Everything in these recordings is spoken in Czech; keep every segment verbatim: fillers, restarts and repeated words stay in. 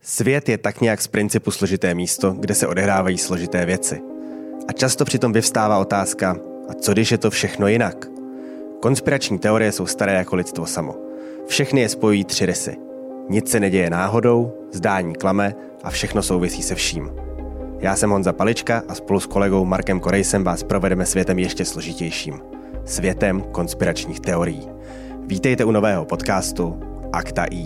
Svět je tak nějak z principu složité místo, kde se odehrávají složité věci. A často přitom vyvstává otázka, a co když je to všechno jinak? Konspirační teorie jsou staré jako lidstvo samo. Všechny je spojují tři rysy. Nic se neděje náhodou, zdání klame a všechno souvisí se vším. Já jsem Honza Palička a spolu s kolegou Markem Korejsem vás provedeme světem ještě složitějším. Světem konspiračních teorií. Vítejte u nového podcastu Akta I.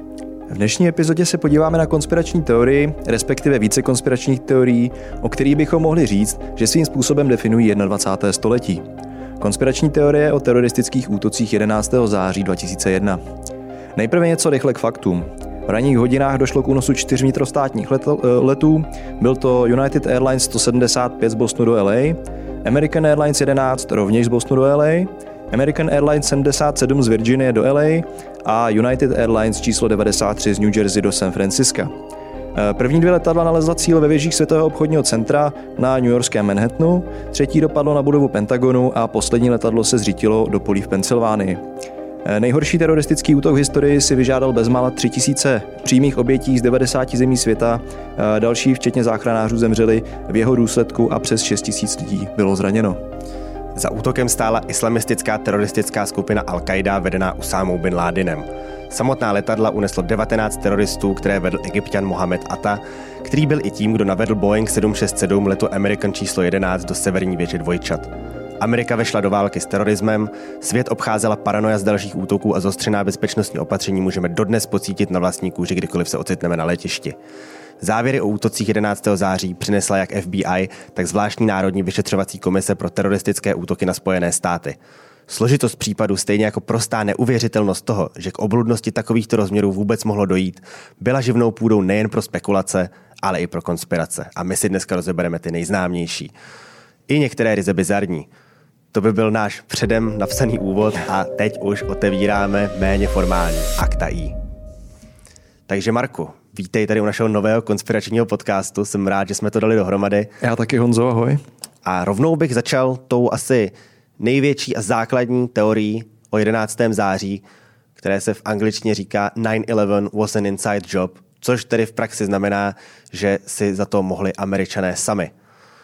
V dnešní epizodě se podíváme na konspirační teorii, respektive více konspiračních teorií, o kterých bychom mohli říct, že svým způsobem definují dvacátého prvního století. Konspirační teorie o teroristických útocích jedenáctého září dva tisíce jedna. Nejprve něco rychle k faktům. V ranních hodinách došlo k únosu čtyř vnitrostátních letů, byl to United Airlines sto sedmdesát pět z Bostonu do L A, American Airlines jedenáct rovněž z Bostonu do L A, American Airlines sedmdesát sedm z Virginie do L A a United Airlines číslo devadesát tři z New Jersey do San Francisca. První dvě letadla nalezla cíl ve věžích Světového obchodního centra na newyorském Manhattanu, třetí dopadlo na budovu Pentagonu a poslední letadlo se zřítilo do polí v Pensylvánii. Nejhorší teroristický útok v historii si vyžádal bezmála tři tisíce přímých obětí z devadesáti zemí světa, další včetně záchranářů zemřeli v jeho důsledku a přes šest tisíc lidí bylo zraněno. Za útokem stála islamistická teroristická skupina Al-Qaida vedená Usámou bin Ládinem. Samotná letadla uneslo devatenáct teroristů, které vedl Egypťan Mohamed Atta, který byl i tím, kdo navedl Boeing sedm šest sedm letu American číslo jedenáct do severní věže dvojčat. Amerika vešla do války s terorismem, svět obcházela paranoja z dalších útoků a zostřená bezpečnostní opatření můžeme dodnes pocítit na vlastní kůži, kdykoliv se ocitneme na letišti. Závěry o útocích jedenáctého září přinesla jak F B I, tak zvláštní národní vyšetřovací komise pro teroristické útoky na Spojené státy. Složitost případu, stejně jako prostá neuvěřitelnost toho, že k obludnosti takovýchto rozměrů vůbec mohlo dojít, byla živnou půdou nejen pro spekulace, ale i pro konspirace. A my si dneska rozebereme ty nejznámější. I některé ryze bizarní. To by byl náš předem napsaný úvod a teď už otevíráme méně formální Akta I. Takže Marku, vítej tady u našeho nového konspiračního podcastu. Jsem rád, že jsme to dali dohromady. Já taky, Honzo, ahoj. A rovnou bych začal tou asi největší a základní teorií o jedenáctého září, které se v angličtině říká nine eleven was an inside job, což tedy v praxi znamená, že si za to mohli Američané sami.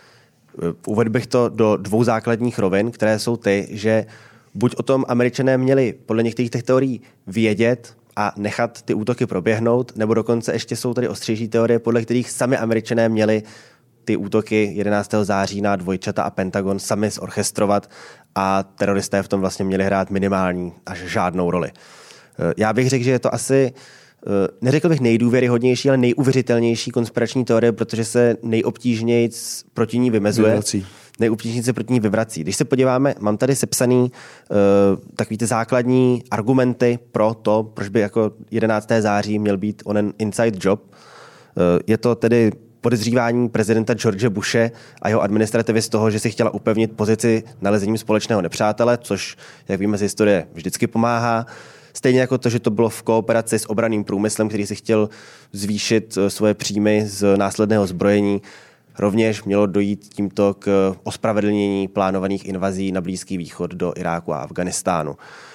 Uvedl bych to do dvou základních rovin, které jsou ty, že buď o tom Američané měli podle některých těch teorií vědět a nechat ty útoky proběhnout, nebo dokonce ještě jsou tady ostřejší teorie, podle kterých sami Američané měli ty útoky jedenáctého září na dvojčata a Pentagon sami zorchestrovat a teroristé v tom vlastně měli hrát minimální až žádnou roli. Já bych řekl, že je to asi, neřekl bych nejdůvěryhodnější, ale nejuvěřitelnější konspirační teorie, protože se nejobtížněji proti ní vymezuje. Vyvrací. Nejobtížněji se proti ní vyvrací. Když se podíváme, mám tady sepsaný uh, takový ty základní argumenty pro to, proč by jako jedenáctého září měl být onen inside job. Uh, je to tedy podezřívání prezidenta George Bushe a jeho administrativy z toho, že si chtěla upevnit pozici nalezením společného nepřátele, což, jak víme z historie, vždycky pomáhá. Stejně jako to, že to bylo v kooperaci s obranným průmyslem, který si chtěl zvýšit svoje příjmy z následného zbrojení. Rovněž mělo dojít tímto k ospravedlnění plánovaných invazí na Blízký východ do Iráku a Afganistánu.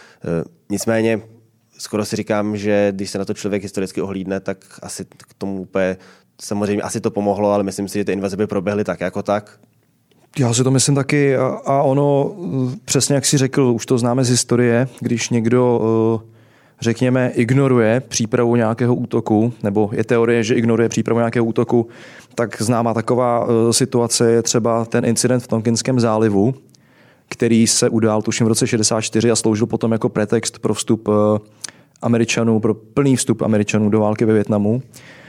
Nicméně skoro si říkám, že když se na to člověk historicky ohlídne, tak asi k tomu úplně samozřejmě asi to pomohlo, ale myslím si, že ty invaze by proběhly tak jako tak. Já si to myslím taky a, a ono, přesně jak jsi řekl, už to známe z historie, když někdo, řekněme, ignoruje přípravu nějakého útoku, nebo je teorie, že ignoruje přípravu nějakého útoku, tak známá taková situace je třeba ten incident v Tonkinském zálivu, který se udál tuším v roce šedesát čtyři a sloužil potom jako pretext pro vstup Američanů, pro plný vstup Američanů do války ve Vietnamu.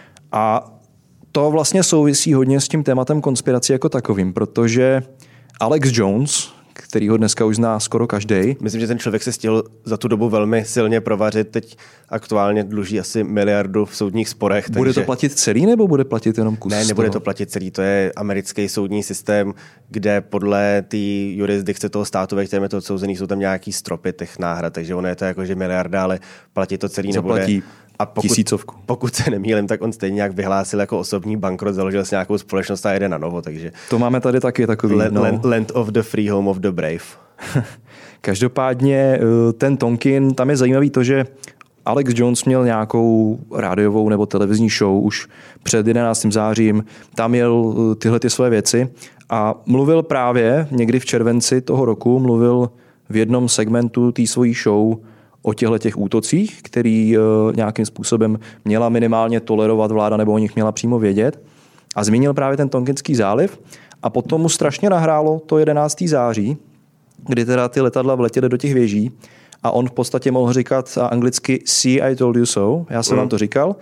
A to vlastně souvisí hodně s tím tématem konspirací jako takovým, protože Alex Jones, který ho dneska už zná skoro každej. Myslím, že ten člověk se stihl za tu dobu velmi silně provařit. Teď aktuálně dluží asi miliardu v soudních sporech. Bude takže... to platit celý nebo bude platit jenom kus? Ne, nebude to platit celý. To je americký soudní systém, kde podle té jurisdikce toho státu, ve kterém je to odsouzený, jsou tam nějaký stropy těch náhrad, takže ono je to jako, že miliarda, ale platit to celý nebude. Zaplatí A pokud, tisícovku. Pokud se nemýlím, tak on stejně nějak vyhlásil jako osobní bankrot, založil si nějakou společnost a jede na novo, takže... To máme tady taky takový, land, no. land, land of the free, home of the brave. Každopádně ten Tonkin, tam je zajímavý to, že Alex Jones měl nějakou rádiovou nebo televizní show už před jedenáctým zářím, tam měl tyhle ty své věci a mluvil právě někdy v červenci toho roku, mluvil v jednom segmentu té svojí show o těchto těch útocích, který nějakým způsobem měla minimálně tolerovat vláda nebo o nich měla přímo vědět. A zmínil právě ten Tonkinský záliv a potom mu strašně nahrálo to jedenáctého září, kdy teda ty letadla vletěly do těch věží a on v podstatě mohl říkat anglicky see I told you so, já jsem mm. vám to říkal.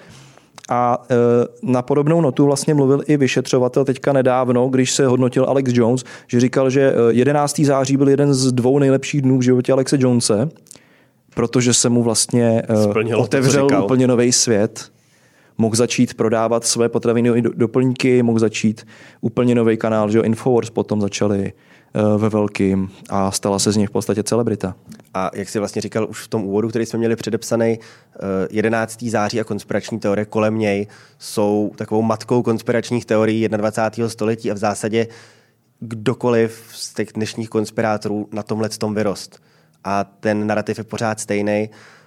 A e, na podobnou notu vlastně mluvil i vyšetřovatel teďka nedávno, když se hodnotil Alex Jones, že říkal, že jedenáctého září byl jeden z dvou nejlepších dnů v životě Alexe Jonese, protože se mu vlastně e, otevřel to, úplně nový svět. Mohl začít prodávat své potravinové doplňky, mohl začít úplně nový kanál, že Infowars potom začali ve velkým a stala se z nich v podstatě celebrita. A jak jsi vlastně říkal už v tom úvodu, který jsme měli předepsaný, jedenáctého září a konspirační teorie kolem něj jsou takovou matkou konspiračních teorií dvacátého prvního století a v zásadě kdokoliv z těch dnešních konspirátorů na tomhle tom vyrost. A ten narrativ je pořád stejný.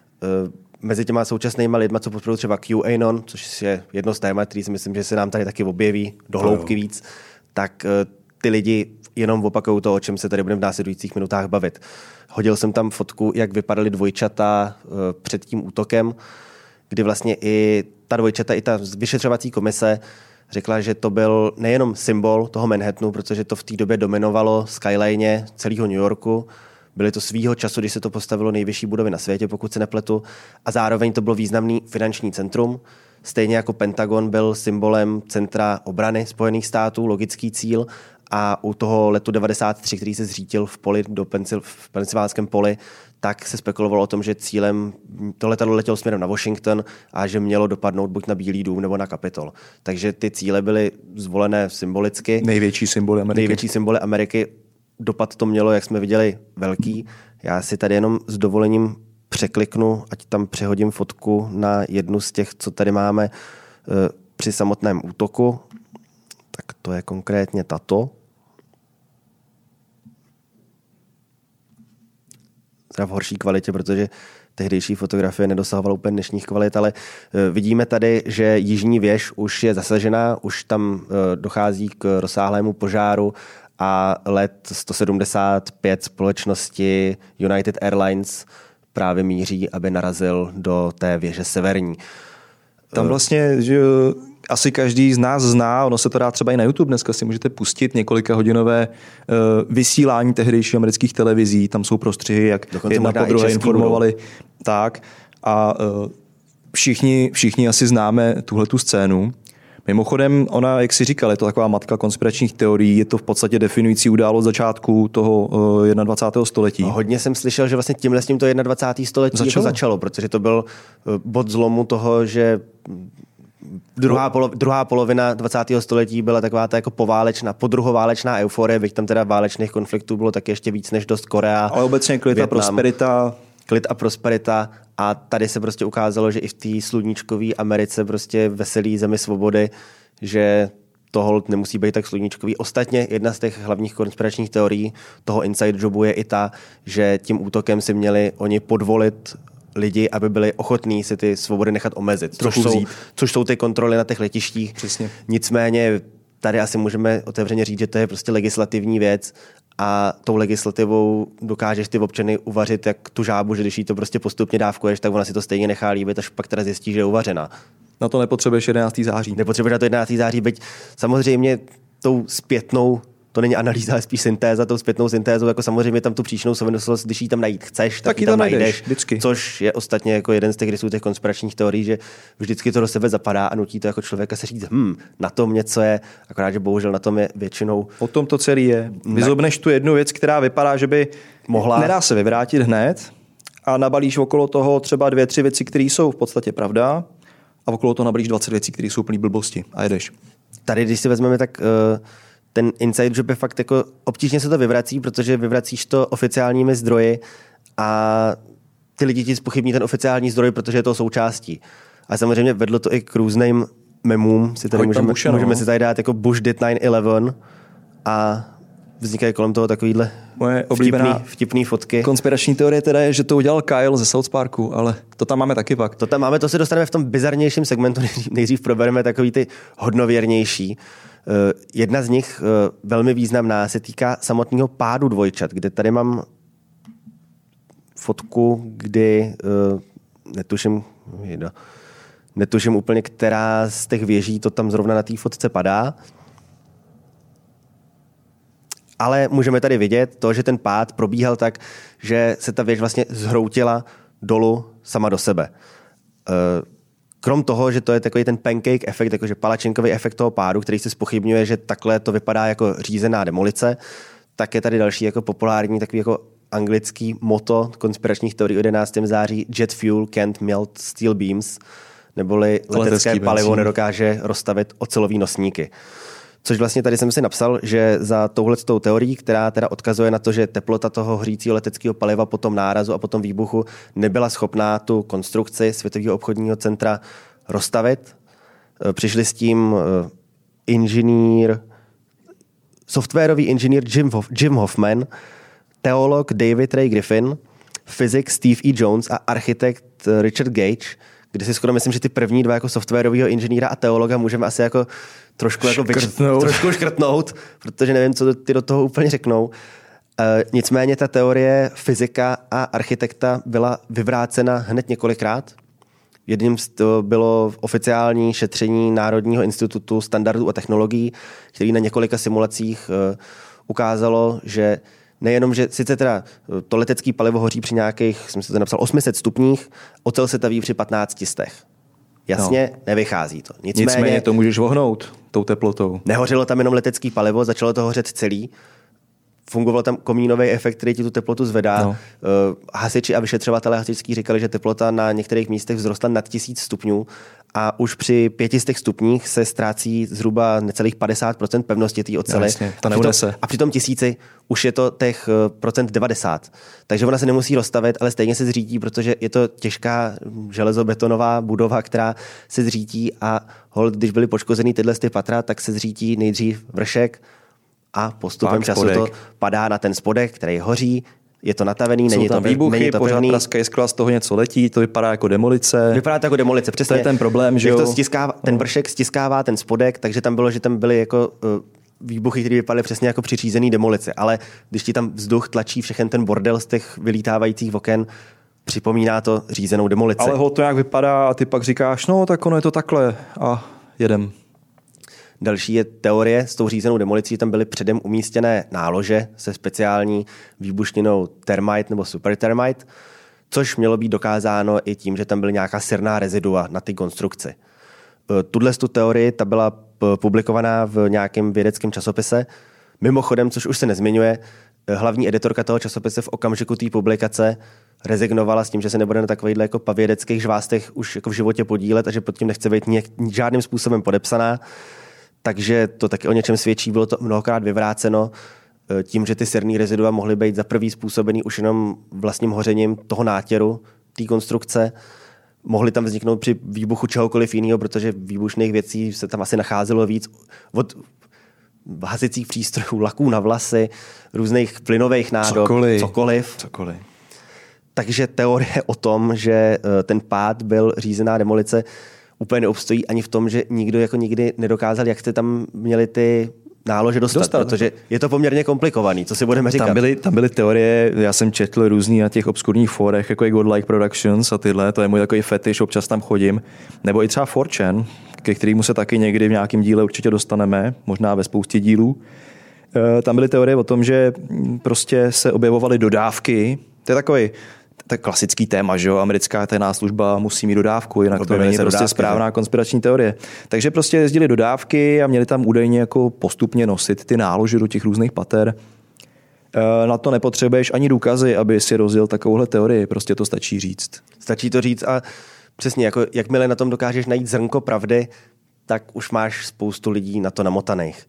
Mezi těma současnými lidma, co podporují třeba QAnon, což je jedno z témat, který si myslím, že se nám tady taky objeví do hloubky víc, tak ty lidi jenom opakují to, o čem se tady budeme v následujících minutách bavit. Hodil jsem tam fotku, jak vypadaly dvojčata před tím útokem, kdy vlastně i ta dvojčata, i ta vyšetřovací komise řekla, že to byl nejenom symbol toho Manhattanu, protože to v té době dominovalo skyline celého New Yorku. Byly to svýho času, když se to postavilo nejvyšší budovy na světě, pokud se nepletu. A zároveň to bylo významný finanční centrum. Stejně jako Pentagon byl symbolem centra obrany Spojených států, logický cíl. A u toho letu devadesát tři, který se zřítil v poli do Pensil, v Pensylvánském poli, tak se spekulovalo o tom, že cílem to letadlo letělo směrem na Washington a že mělo dopadnout buď na Bílý dům nebo na Kapitol. Takže ty cíle byly zvolené symbolicky. Největší symboly Ameriky. Největší symboly Ameriky. Dopad to mělo, jak jsme viděli, velký. Já si tady jenom s dovolením překliknu, ať tam přehodím fotku na jednu z těch, co tady máme při samotném útoku. Tak to je konkrétně tato. Teda v horší kvalitě, protože tehdejší fotografie nedosahovala úplně dnešních kvalit, ale vidíme tady, že jižní věž už je zasažená, už tam dochází k rozsáhlému požáru a let sto sedmdesát pět společnosti United Airlines právě míří, aby narazil do té věže severní. Tam vlastně, že asi každý z nás zná, ono se to dá třeba i na YouTube, dneska si můžete pustit několika hodinové uh, vysílání tehdejších amerických televizí, tam jsou prostřihy, jak dokonce jedna po druhé informovali. Tak a uh, všichni, všichni asi známe tuhletu scénu. Mimochodem, ona, jak si říkal, je to taková matka konspiračních teorií, je to v podstatě definující událost začátku toho uh, dvacátého prvního století. No, hodně jsem slyšel, že vlastně tímhle s tím to dvacátého prvního století začalo. Jako začalo, protože to byl uh, bod zlomu toho, že Druhá, polo, druhá polovina dvacátého století byla taková ta jako poválečná, podruhoválečná euforie, byť tam teda válečných konfliktů bylo taky ještě víc než dost Korea. Ale obecně klid a prosperita. Klid a prosperita a tady se prostě ukázalo, že i v té sluníčkové Americe prostě veselý zemi svobody, že to hold nemusí být tak sluníčkový. Ostatně jedna z těch hlavních konspiračních teorií toho inside jobu je i ta, že tím útokem si měli oni podvolit lidi, aby byli ochotní si ty svobody nechat omezit, což jsou, což jsou ty kontroly na těch letištích. Přesně. Nicméně tady asi můžeme otevřeně říct, že to je prostě legislativní věc a tou legislativou dokážeš ty občany uvařit jak tu žábu, že když jí to prostě postupně dávkuješ, tak ona si to stejně nechá líbit, až pak teda zjistí, že je uvařená. Na to nepotřebuješ jedenáctého září. Nepotřebuješ na to jedenáctého září, byť samozřejmě tou zpětnou, to není analýza, ale spíš syntéza, tou zpětnou syntézou, jako samozřejmě tam tu příčnou souvislost, když ji tam najít chceš, tak, tak ji tam, tam najdeš, vždycky. Což je ostatně jako jeden z těch rysů těch konspiračních teorií, že vždycky to do sebe zapadá a nutí to jako člověka se říct, hm, na tom něco je, akorát, že bohužel na tom je většinou. O tom to celý je. Vyzobneš tu jednu věc, která vypadá, že by mohla, nedá se vyvrátit hned a nabalíš okolo toho třeba dvě, tři věci, které jsou v podstatě pravda a okolo toho nabalíš dvacet věcí, které jsou plný blbosti a jedeš. Tady, když si vezmeme, tak uh, ten inside job je fakt jako obtížně se to vyvrací, protože vyvracíš to oficiálními zdroji a ty lidi ti zpochybní ten oficiální zdroj, protože je to součástí. A samozřejmě vedlo to i k různým memům, si tady můžeme, Bushe, můžeme no. si tady dát jako Bush did nine eleven a vznikají kolem toho takovýhle Moje oblíbená vtipný, vtipný fotky. Konspirační teorie teda je, že to udělal Kyle ze South Parku, ale to tam máme taky pak. To tam máme, to se dostaneme v tom bizarnějším segmentu, nejdřív, nejdřív probereme takový ty hodnověrnější. Uh, jedna z nich, uh, velmi významná, se týká samotného pádu dvojčat, kde tady mám fotku, kdy uh, netuším, jeda, netuším úplně, která z těch věží to tam zrovna na té fotce padá. Ale můžeme tady vidět to, že ten pád probíhal tak, že se ta věž vlastně zhroutila dolů sama do sebe. Krom toho, že to je takový ten pancake efekt, jakože palačinkový efekt toho pádu, který se zpochybňuje, že takhle to vypadá jako řízená demolice, tak je tady další jako populární takový jako anglický motto konspiračních teorií jedenáctého září: Jet fuel can't melt steel beams, neboli letecké palivo nedokáže rozstavit ocelový nosníky. Což vlastně tady jsem si napsal, že za touhletou teorií, která teda odkazuje na to, že teplota toho hřícího leteckého paliva po tom nárazu a po tom výbuchu nebyla schopná tu konstrukci Světového obchodního centra rozstavit. Přišli s tím inženýr, softwarový inženýr Jim, Hof, Jim Hoffman, teolog David Ray Griffin, fyzik Steve E. Jones a architekt Richard Gage, kdy si skoro myslím, že ty první dva jako softwarového inženýra a teologa můžeme asi jako trošku jako škrtnout. trošku škrtnout, protože nevím, co ty do toho úplně řeknou. E, nicméně ta teorie fyzika a architekta byla vyvrácena hned několikrát. Jedním z toho bylo oficiální šetření Národního institutu standardů a technologií, který na několika simulacích e, ukázalo, že nejenom, že sice teda to letecké palivo hoří při nějakých, jsem si to napsal, osm set stupních, ocel se taví při patnáct stech. Jasně, no. Nevychází to. Nicméně, Nicméně to můžeš vohnout tou teplotou. Nehořelo tam jenom letecké palivo, začalo to hořet celý. Fungoval tam komínový efekt, který ti tu teplotu zvedá. No. Hasiči a vyšetřovatelé hasičský říkali, že teplota na některých místech vzrostla nad tisíc stupňů a už při pětistech stupních se ztrácí zhruba necelých padesát procent pevnosti té oceli. No, to neunese. A při tom tisíci už je to těch procent devadesát. Takže ona se nemusí rozstavit, ale stejně se zřítí, protože je to těžká železobetonová budova, která se zřítí a hold, když byly poškozený tyhle ty patra, tak se zřítí nejdřív vršek a postupem Pak času spodek. to padá na ten spodek, který hoří, je to natavený, není tam to výbuchy, není to pořád pevný. praskají skla, z toho něco letí, to vypadá jako demolice. Vypadá to jako demolice, přesně. To je ten problém, že jo. To stiskává, ten vršek stiskává ten spodek, takže tam bylo, že tam byly jako uh, výbuchy, které vypadaly přesně jako při řízený demolici, ale když ti tam vzduch tlačí všechen ten bordel z těch vylítávajících oken, připomíná to řízenou demolici. Ale ho to nějak vypadá a ty pak říkáš, no tak ono je to takhle a jedem. Další je teorie s tou řízenou demolicí, tam byly předem umístěné nálože se speciální výbušninou termite nebo supertermite, což mělo být dokázáno i tím, že tam byly nějaká sirná rezidua na ty konstrukci. Tuhle tu teorii ta byla publikovaná v nějakém vědeckém časopise. Mimochodem, což už se nezmiňuje, hlavní editorka toho časopise v okamžiku té publikace rezignovala s tím, že se nebude na takovýchhle jako pavědeckých žvástech už jako v životě podílet a že pod tím nechce být nějak, žádným způsobem podepsaná. Takže to taky o něčem svědčí, bylo to mnohokrát vyvráceno tím, že ty sirný rezidua mohly být za prvý způsobený už jenom vlastním hořením toho nátěru, té konstrukce. Mohly tam vzniknout při výbuchu čehokoliv jiného, protože výbušných věcí se tam asi nacházelo víc od hasicích přístrojů, laků na vlasy, různých plynových nádob, cokoliv. cokoliv. cokoliv. Takže teorie o tom, že ten pád byl řízená demolice, úplně neobstojí ani v tom, že nikdo jako nikdy nedokázal, jak jste tam měli ty nálože dostat, dostat, protože je to poměrně komplikovaný, co si budeme říkat. Tam byly, tam byly teorie, já jsem četl různý na těch obskurních fórech, jako je Godlike Productions a tyhle, to je můj takový fetiš, občas tam chodím, nebo i třeba four chan, ke kterému se taky někdy v nějakém díle určitě dostaneme, možná ve spoustě dílů. E, tam byly teorie o tom, že prostě se objevovaly dodávky, to je takový tak klasický téma, že jo, americká tajná služba musí mít dodávku, jinak to není prostě dodávky, správná konspirační teorie. Takže prostě jezdili dodávky a měli tam údajně jako postupně nosit ty nálože do těch různých pater. Na to nepotřebuješ ani důkazy, aby si rozjel takovouhle teorii, prostě to stačí říct. Stačí to říct a přesně, jako jakmile na tom dokážeš najít zrnko pravdy, tak už máš spoustu lidí na to namotaných.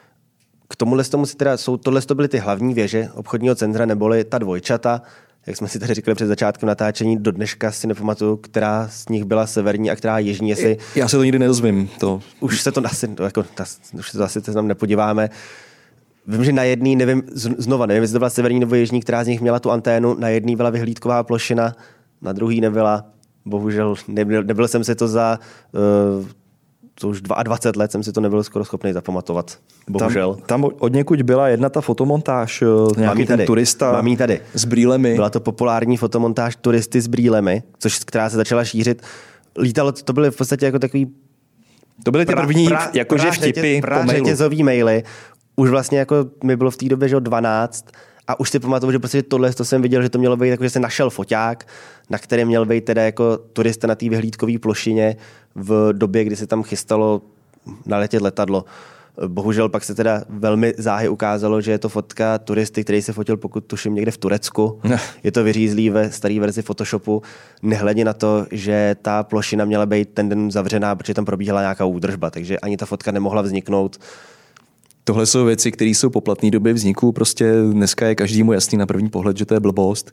K tomuhle tomu si teda, jsou, tohle to byly ty hlavní věže obchodního centra, neboli ta dvojčata, jak jsme si tady říkali před začátkem natáčení, do dneška si nepamatuju, která z nich byla severní a která jižní. Jestli... Já se to nikdy nedozvím. To... Už se to asi, jako, už se to asi tam nepodíváme. Vím, že na jedný, nevím, znova nevím, jestli to byla severní nebo jižní, která z nich měla tu anténu, na jedný byla vyhlídková plošina, na druhý nebyla. Bohužel nebyl, nebyl jsem si to za uh, to už dvacet dva let jsem si to nebyl skoro schopný zapamatovat. Bohužel. Tam, tam od někud byla jedna ta fotomontáž, nějaký ten turista Mám tady. s brýlemi. Byla to populární fotomontáž turisty s brýlemi, což, která se začala šířit. Lítalo, to byly v podstatě jako takový To byly ty pra, první pra, jakože vtipy pra, po mailu. Řetězový maily. Už vlastně jako mi bylo v té době, že dvanáct a už si pamatuju, že prostě tohle to jsem viděl, že to mělo být jako, že se našel foťák, na kterém měl být teda jako turista na té vyhlídkové plošině v době, kdy se tam chystalo naletět letadlo. Bohužel pak se teda velmi záhy ukázalo, že je to fotka turisty, který se fotil, pokud tuším, někde v Turecku. Ne. Je to vyřízlý ve staré verzi Photoshopu, nehledě na to, že ta plošina měla být ten den zavřená, protože tam probíhala nějaká údržba, takže ani ta fotka nemohla vzniknout. Tohle jsou věci, které jsou po platné době vzniku. Prostě dneska je každému jasný na první pohled, že to je blbost.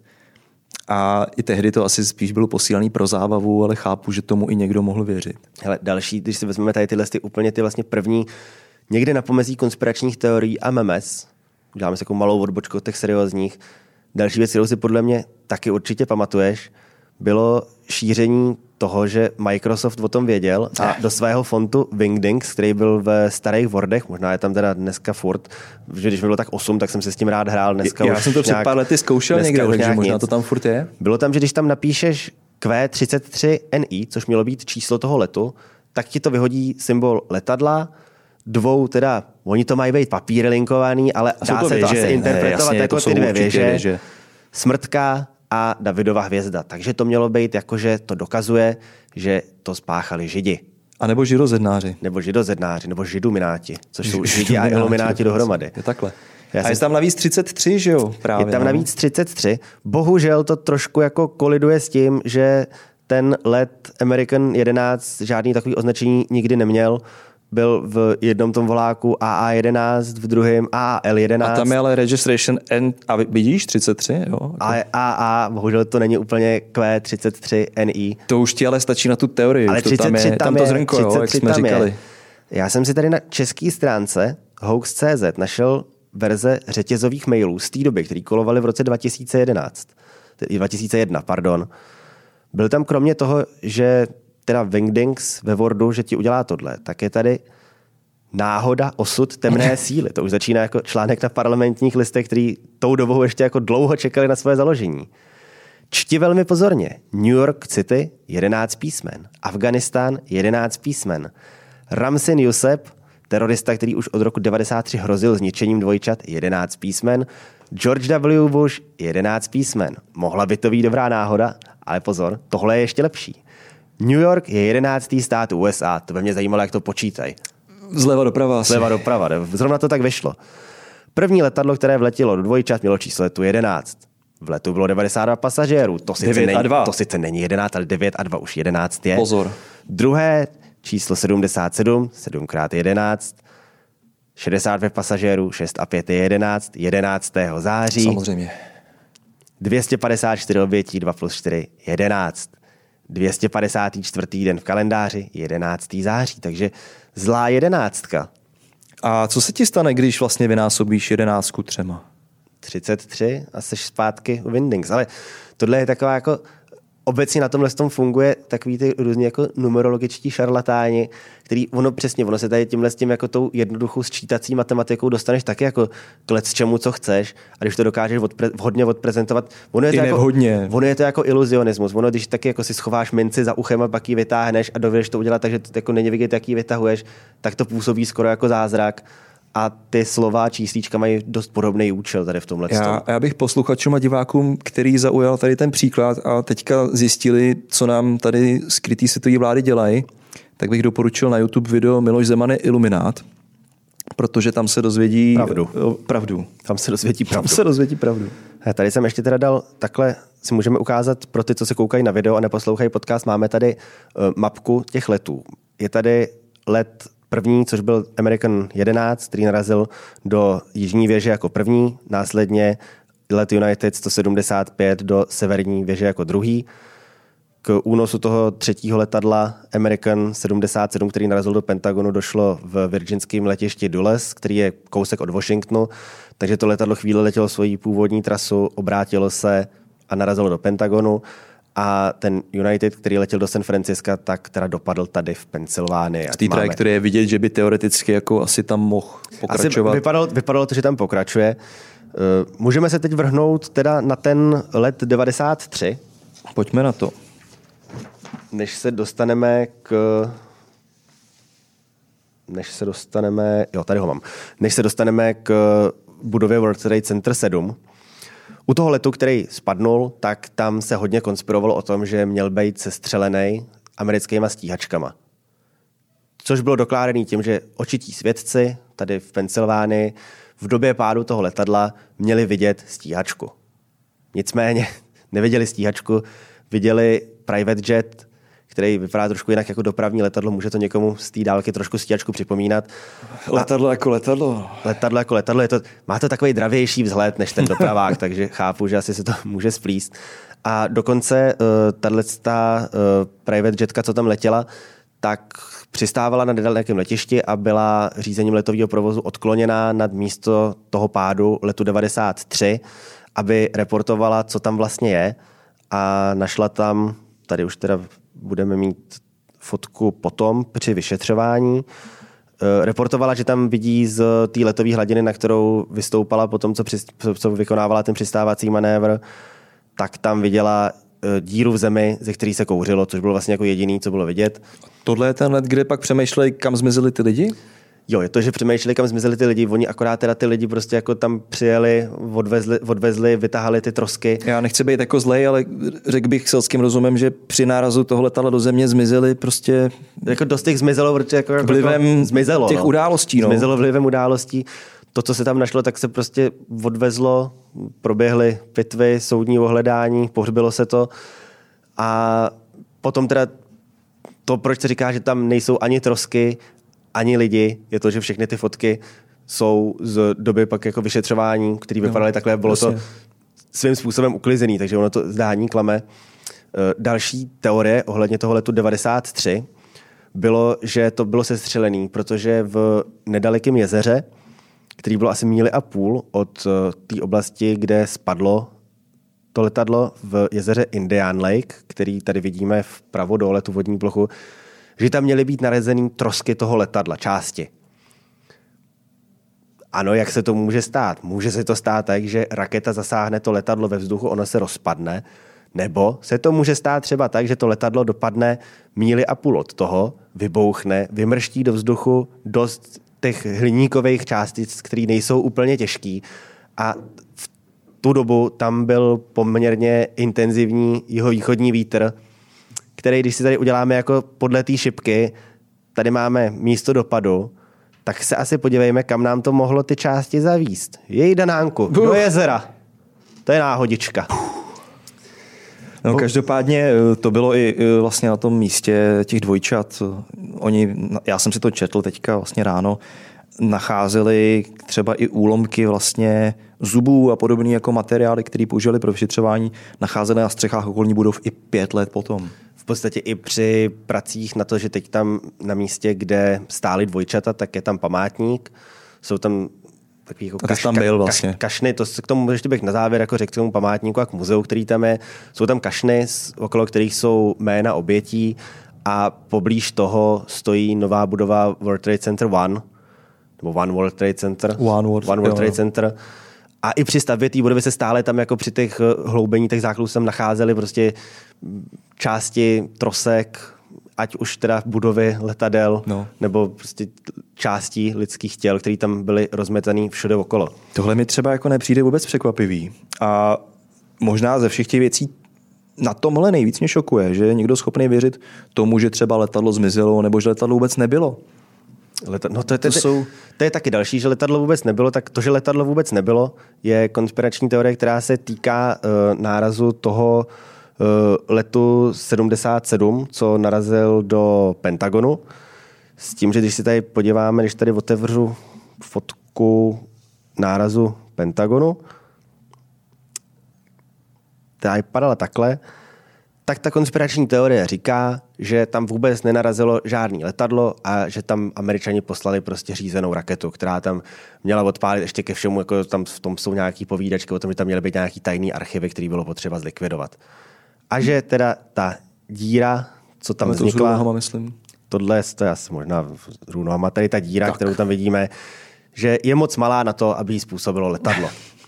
A i tehdy to asi spíš bylo posílaný pro zábavu, ale chápu, že tomu i někdo mohl věřit. Hele, další, když si vezmeme tady tyhle ty úplně ty vlastně první, někde na pomezí konspiračních teorií a memes, děláme si jako malou odbočku těch seriózních. Další věc, kterou si podle mě taky určitě pamatuješ, bylo šíření toho, že Microsoft o tom věděl a do svého fontu Wingdings, který byl ve starých Wordech, možná je tam teda dneska furt, že když mi bylo tak osm, tak jsem se s tím rád hrál. Dneska Já už jsem to před nějak, pár lety zkoušel někde, takže možná nic. To tam furt je. Bylo tam, že když tam napíšeš Q třicet tři N I, což mělo být číslo toho letu, tak ti to vyhodí symbol letadla, dvou teda, oni to mají být papíry linkovaný, ale dá to se věže, to asi interpretovat ne, jasně, jako to ty dvě věže. věže. Smrtka a Davidova hvězda. Takže to mělo být jako, že to dokazuje, že to spáchali Židi. A nebo židozednáři. Nebo židozednáři, nebo židumináti, což jsou Židi a ilumináti dohromady. Je takhle. Já a je tam navíc třicet tři, že jo? Právě, je tam no. navíc třicet tři. Bohužel to trošku jako koliduje s tím, že ten let American jedenáct žádný takový označení nikdy neměl. Byl v jednom tom voláku A A jedenáct, v druhém A A L jedenáct. A tam je ale registration N, a vidíš třicet tři, jo? A A A, bohužel to není úplně Q třicet tři N I. To už ti ale stačí na tu teorii. Ale třicet tři tam, je, tam, tam to zrnko, jo, jak jsme říkali. Je. Já jsem si tady na české stránce hoax tečka cé zet našel verze řetězových mailů z té doby, které kolovaly v roce dva tisíce jedenáct. dva tisíce jedna, pardon. Byl tam kromě toho, že teda Wingdings ve Wordu, že ti udělá tohle, tak je tady náhoda, osud, temné síly. To už začíná jako článek na parlamentních listech, který tou dobou ještě jako dlouho čekali na svoje založení. Čti velmi pozorně. New York City, jedenáct písmen. Afganistán, jedenáct písmen. Ramzan Yousef, terorista, který už od roku devadesát tři hrozil zničením dvojčat, jedenáct písmen. George W. Bush, jedenáct písmen. Mohla by to být dobrá náhoda, ale pozor, tohle je ještě lepší. New York je jedenáctý stát U S A. To by mě zajímalo, jak to počítají. Zleva doprava asi. Zleva doprava. Zrovna to tak vyšlo. První letadlo, které vletělo do dvojčat, mělo číslo letu jedenáct. V letu bylo devadesát dva pasažérů. To sice, devět a není, dva. to sice není jedenáct, ale devět a dva už jedenáct je. Pozor. Druhé číslo sedmdesát sedm, sedm krát jedenáct. šedesát dvě pasažérů, šest a pět je jedenáct. jedenáctého září. Samozřejmě. dvě stě padesát čtyři obětí, dva plus čtyři, jedenáct. dvě stě padesátý čtvrtý den v kalendáři, jedenáctého září. Takže zlá jedenáctka. A co se ti stane, když vlastně vynásobíš jedenáctku třema? třicet tři a seš zpátky u Wingdings. Ale tohle je taková jako obecně na tomhle tom funguje takový ty různě jako numerologičtí šarlatáni, který ono přesně, ono se tady tímhle s tím jako tou jednoduchou sčítací matematikou dostaneš taky jako klec čemu, co chceš, a když to dokážeš odpre, vhodně odprezentovat, ono je to, jako, ono je to jako iluzionismus. Ono, když taky jako si schováš minci za uchem a pak ji vytáhneš a dovedeš to udělat, takže to jako není vidět, jak ji vytahuješ, tak to působí skoro jako zázrak. A ty slova číslíčka mají dost podobný účel tady v tomhle. Já, já bych posluchačům a divákům, který zaujal tady ten příklad a teďka zjistili, co nám tady skrytý světový vlády dělají, tak bych doporučil na YouTube video Miloš Zeman je iluminát, protože tam se dozvědí pravdu. pravdu. Tam se dozvědí pravdu. Tam se dozvědí pravdu. Tady jsem ještě teda dal, takhle si můžeme ukázat pro ty, co se koukají na video a neposlouchají podcast, máme tady uh, mapku těch letů. Je tady let první, což byl American jedenáct, který narazil do jižní věže jako první, následně let United sto sedmdesát pět do severní věže jako druhý. k únosu toho třetího letadla American sedmdesát sedm, který narazil do Pentagonu, došlo v virginském letišti Dulles, který je kousek od Washingtonu, takže to letadlo chvíli letělo svoji původní trasu, obrátilo se a narazilo do Pentagonu a ten United, který letěl do San Francisca, tak teda dopadl tady v Pensylvánii. Z té trajektorie je vidět, že by teoreticky jako asi tam mohl pokračovat. Asi vypadalo, vypadalo to, že tam pokračuje. Můžeme se teď vrhnout teda na ten let devadesát tři. Pojďme na to. Než se dostaneme k... Než se dostaneme... Jo, tady ho mám. Než se dostaneme k budově World Trade Center sedm. U toho letu, který spadnul, tak tam se hodně konspirovalo o tom, že měl být sestřelený americkýma stíhačkama. Což bylo dokládaný tím, že očití svědci tady v Pensylvánii v době pádu toho letadla měli vidět stíhačku. Nicméně neviděli stíhačku, viděli private jet, který vypadá trošku jinak jako dopravní letadlo. Může to někomu z té dálky trošku stíhačku připomínat. Letadlo jako letadlo. Letadlo jako letadlo. Je to, má to takový dravější vzhled než ten dopravák, takže chápu, že asi se to může splíst. A dokonce uh, tato uh, private jetka, co tam letěla, tak přistávala na nedalekém letišti a byla řízením letového provozu odkloněná nad místo toho pádu letu devadesát tři, aby reportovala, co tam vlastně je. A našla tam, tady už teda budeme mít fotku potom při vyšetřování, reportovala, že tam vidí z té letové hladiny, na kterou vystoupala po tom, co, při, co vykonávala ten přistávací manévr, tak tam viděla díru v zemi, ze který se kouřilo, což bylo vlastně jako jediný, co bylo vidět. Tohle je ten let, kde pak přemýšleli, kam zmizeli ty lidi? Jo, je to, že přemýšleli, kam zmizeli ty lidi. Oni akorát teda ty lidi prostě jako tam přijeli, odvezli, odvezli vytahali ty trosky. Já nechci být jako zlej, ale řekl bych selským rozumem, že při nárazu toho letadla do země zmizeli prostě... Jako dost těch zmizelo, protože jako, vlivem jako zmizelo, těch no. událostí. No. Zmizelo vlivem událostí. To, co se tam našlo, tak se prostě odvezlo, proběhly pitvy, soudní ohledání, pohřbilo se to a potom teda to, proč se říká, že tam nejsou ani trosky, ani lidi, je to, že všechny ty fotky jsou z doby pak jako vyšetřování, které vypadaly no, takhle, bylo vlastně. To svým způsobem uklizený, takže ono to zdání klame. Další teorie ohledně toho letu devadesát tři bylo, že to bylo sestřelený, protože v nedalekém jezeře, který bylo asi míli a půl od té oblasti, kde spadlo to letadlo v jezeře Indian Lake, který tady vidíme vpravo dole, tu vodní plochu, že tam měly být narezený trosky toho letadla, části. Ano, jak se to může stát? Může se to stát tak, že raketa zasáhne to letadlo ve vzduchu, ono se rozpadne, nebo se to může stát třeba tak, že to letadlo dopadne míli a půl od toho, vybouchne, vymrští do vzduchu dost těch hliníkových částic, které nejsou úplně těžký a v tu dobu tam byl poměrně intenzivní jihovýchodní vítr, který, když si tady uděláme jako podle té šipky, tady máme místo dopadu, tak se asi podívejme, kam nám to mohlo ty části zavíst. Jej danánku, do jezera. To je náhodička. No, každopádně to bylo i vlastně na tom místě těch dvojčat. Oni, já jsem si to četl teďka vlastně ráno, nacházeli třeba i úlomky vlastně zubů a podobné jako materiály, které používali pro vyšetřování, nacházeli na střechách okolní budov i pět let potom. V podstatě i při pracích na to, že teď tam na místě, kde stály dvojčata, tak je tam památník. Jsou tam takový jako kaš, tam byl vlastně. kaš, kašny, to k tomu ještě bych na závěr jako řekl k tomu památníku a k muzeu, který tam je. Jsou tam kašny, okolo kterých jsou jména obětí a poblíž toho stojí nová budova World Trade Center One, nebo One World Trade Center. One World, One World jo, Trade jo. Center. A i při stavbě té budovy se stále tam jako při těch hloubení těch základů se tam nacházely prostě části trosek, ať už teda budovy letadel, no. nebo prostě částí lidských těl, které tam byly rozmetaný všude okolo. Tohle mi třeba jako nepřijde vůbec překvapivý. A možná ze všech těch věcí na tomhle nejvíc mě šokuje, že je někdo schopný věřit tomu, že třeba letadlo zmizelo, nebo že letadlo vůbec nebylo. Leta, no to, je, to, to, jsou... to je taky další, že letadlo vůbec nebylo, tak to, že letadlo vůbec nebylo, je konspirační teorie, která se týká uh, nárazu toho uh, letu sedmdesát sedm, co narazil do Pentagonu. S tím, že když si tady podíváme, když tady otevřu fotku nárazu Pentagonu, která vypadala takhle, tak ta konspirační teorie říká, že tam vůbec nenarazilo žádný letadlo a že tam Američani poslali prostě řízenou raketu, která tam měla odpálit ještě ke všemu, jako tam v tom jsou nějaký povídačky o tom, že tam měly být nějaký tajný archivy, který bylo potřeba zlikvidovat. A že teda ta díra, co tam ale vznikla... To s Růnohama, myslím. Tohle je to asi možná Růnohama, tady ta díra, tak. kterou tam vidíme, že je moc malá na to, aby jí způsobilo letadlo.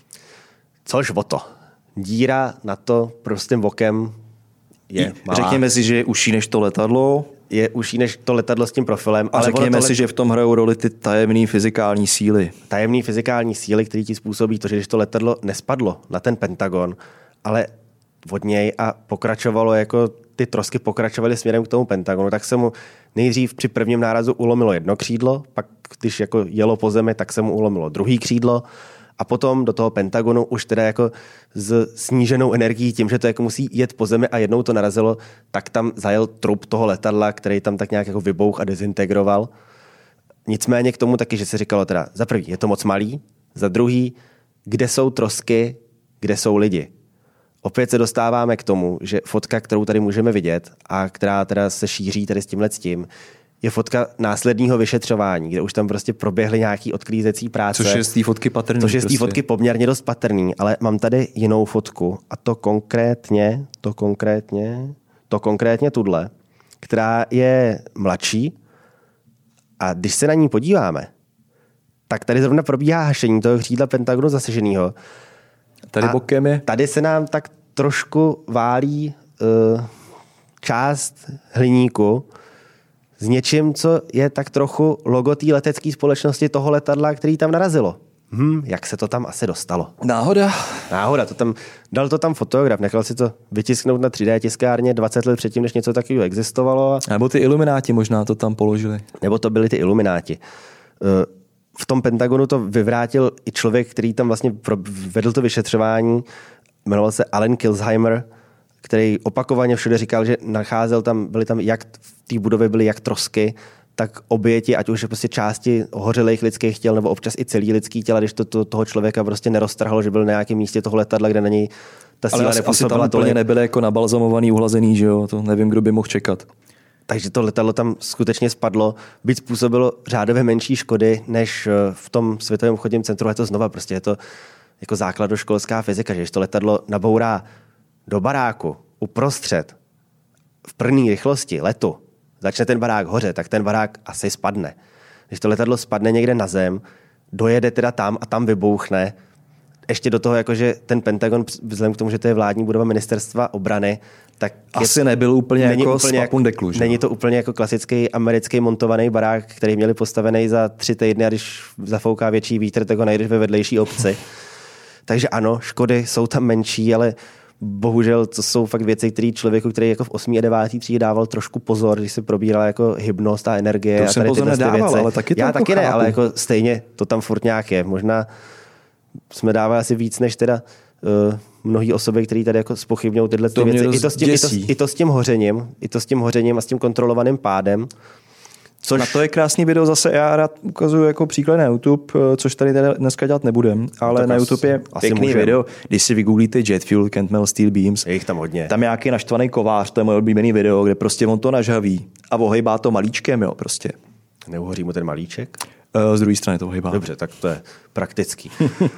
Což o to. Díra na to prostým okem je malá. Řekněme si, že je užší než to letadlo. Je užší než to letadlo s tím profilem. A ale řekněme si, let... že v tom hrajou roli ty tajemné fyzikální síly. Tajemné fyzikální síly, které ti způsobí to, že když to letadlo nespadlo na ten Pentagon, ale od něj a pokračovalo, jako ty trosky pokračovaly směrem k tomu Pentagonu, tak se mu nejdřív při prvním nárazu ulomilo jedno křídlo, pak když jako jelo po zemi, tak se mu ulomilo druhý křídlo a potom do toho Pentagonu už teda jako s sníženou energií tím, že to jako musí jet po zemi a jednou to narazilo, tak tam zajel trup toho letadla, který tam tak nějak jako vybouch a dezintegroval. Nicméně k tomu taky, že se říkalo teda, za prvý, je to moc malý, za druhý, kde jsou trosky, kde jsou lidi. Opět se dostáváme k tomu, že fotka, kterou tady můžeme vidět a která teda se šíří tady s tímhle s tím, je fotka následného vyšetřování, kde už tam prostě proběhly nějaký odklízecí práce. Což je z té fotky patrný. Což je z té prostě. fotky poměrně dost patrný, ale mám tady jinou fotku a to konkrétně, to konkrétně, to konkrétně tudle, která je mladší a když se na ní podíváme, tak tady zrovna probíhá hašení toho křídla Pentagonu zaseženého. Tady bokem je? Tady se nám tak trošku válí uh, část hliníku s něčím, co je tak trochu logo té letecké společnosti toho letadla, který tam narazilo. Hm, jak se to tam asi dostalo? Náhoda. Náhoda, to tam, dal to tam fotograf, nechal si to vytisknout na tři dé tiskárně dvacet let předtím, než něco takového existovalo. A... Nebo ty ilumináti možná to tam položili. Nebo to byli ty ilumináti. Uh, V tom Pentagonu to vyvrátil i člověk, který tam vlastně vedl to vyšetřování, jmenoval se Alan Kilsheimer, který opakovaně všude říkal, že nacházel tam, byly tam jak v té budově byly jak trosky, tak oběti, ať už prostě části hořelých lidských těl, nebo občas i celý lidský těla, když to, to toho člověka prostě neroztrhalo, že byl na nějakém místě toho letadla, kde na něj ta síla nepůsobila. Ale asi tam úplně nebyly jako nabalzamovaný, uhlazený, že jo? To nevím, kdo by mohl čekat. Takže to letadlo tam skutečně spadlo, byť způsobilo řádově menší škody, než v tom světovém obchodním centru. Je to znova prostě je to jako základoškolská fyzika, že když to letadlo nabourá do baráku uprostřed v první rychlosti letu, začne ten barák hořet, tak ten barák asi spadne. Když to letadlo spadne někde na zem, dojede teda tam a tam vybouchne, ještě do toho, jakože ten Pentagon, vzhledem k tomu, že to je vládní budova ministerstva obrany, tak asi je, nebyl úplně jako z papundeklu. Není to úplně jako klasický americký montovaný barák, který měli postavený za tři týdny a když zafouká větší vítr, tak ho najdeš ve vedlejší obci. Takže ano, škody jsou tam menší, ale bohužel to jsou fakt věci, které člověku, který jako v osmé a deváté třídě dával trošku pozor, když se probírala jako hybnost a energie. To a tady pozor nedával, věci. Ale taky to Já jako taky chápu. ne, ale jako stejně to tam furt nějak je. Možná jsme dávali asi víc, než teda uh, mnohý osoby, které tady jako zpochybňují tyhle ty věci. I to, s tím, i, to, I to s tím hořením, i to s tím hořením a s tím kontrolovaným pádem. Což... Na to je krásný video, zase já rád ukazuju jako příklad na YouTube, což tady dneska dělat nebudem, ale no na YouTube je pěkný můžem. video, když si vygooglíte Jet Fuel, Can't Melt Steel Beams. Je jich tam hodně. Tam je nějaký naštvaný kovář, to je moje oblíbený video, kde prostě on to nažhaví a ohejbá to malíčkem, jo, prostě. Neuhoří mu ten malíček? Z druhé strany to ohejbá. Dobře, tak to je praktický.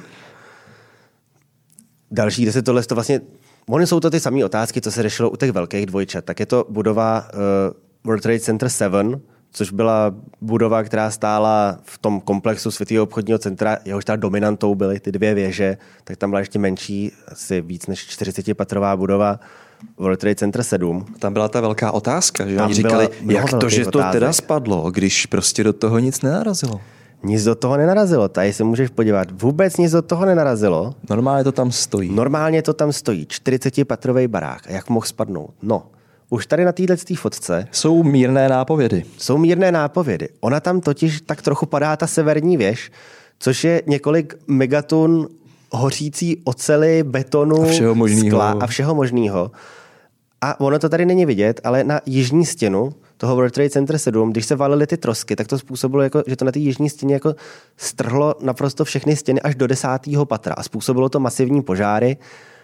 Další, kde se tohle to vlastně... Ony jsou to ty samé otázky, co se řešilo u těch velkých dvojčat. Tak je to budova uh, World Trade Center sedm, což byla budova, která stála v tom komplexu Světového obchodního centra, jehož teda dominantou byly ty dvě věže, tak tam byla ještě menší, asi víc než čtyřicetipatrová budova World Trade Center sedm. Tam byla ta velká otázka, že oni říkali, jak to, že to teda spadlo, když prostě do toho nic nenarazilo. Nic do toho nenarazilo, tady se můžeš podívat. Vůbec nic do toho nenarazilo. Normálně to tam stojí. Normálně to tam stojí. čtyřicetipatrový barák. A jak mohl spadnout? No, už tady na této fotce jsou mírné nápovědy. Jsou mírné nápovědy. Ona tam totiž tak trochu padá ta severní věž, což je několik megatun hořící oceli, betonu, a všeho skla a všeho možného. A ono to tady není vidět, ale na jižní stěnu toho World Trade Center sedm, když se valily ty trosky, tak to způsobilo, jako, že to na té jižní stěně jako strhlo naprosto všechny stěny až do desátého patra a způsobilo to masivní požáry,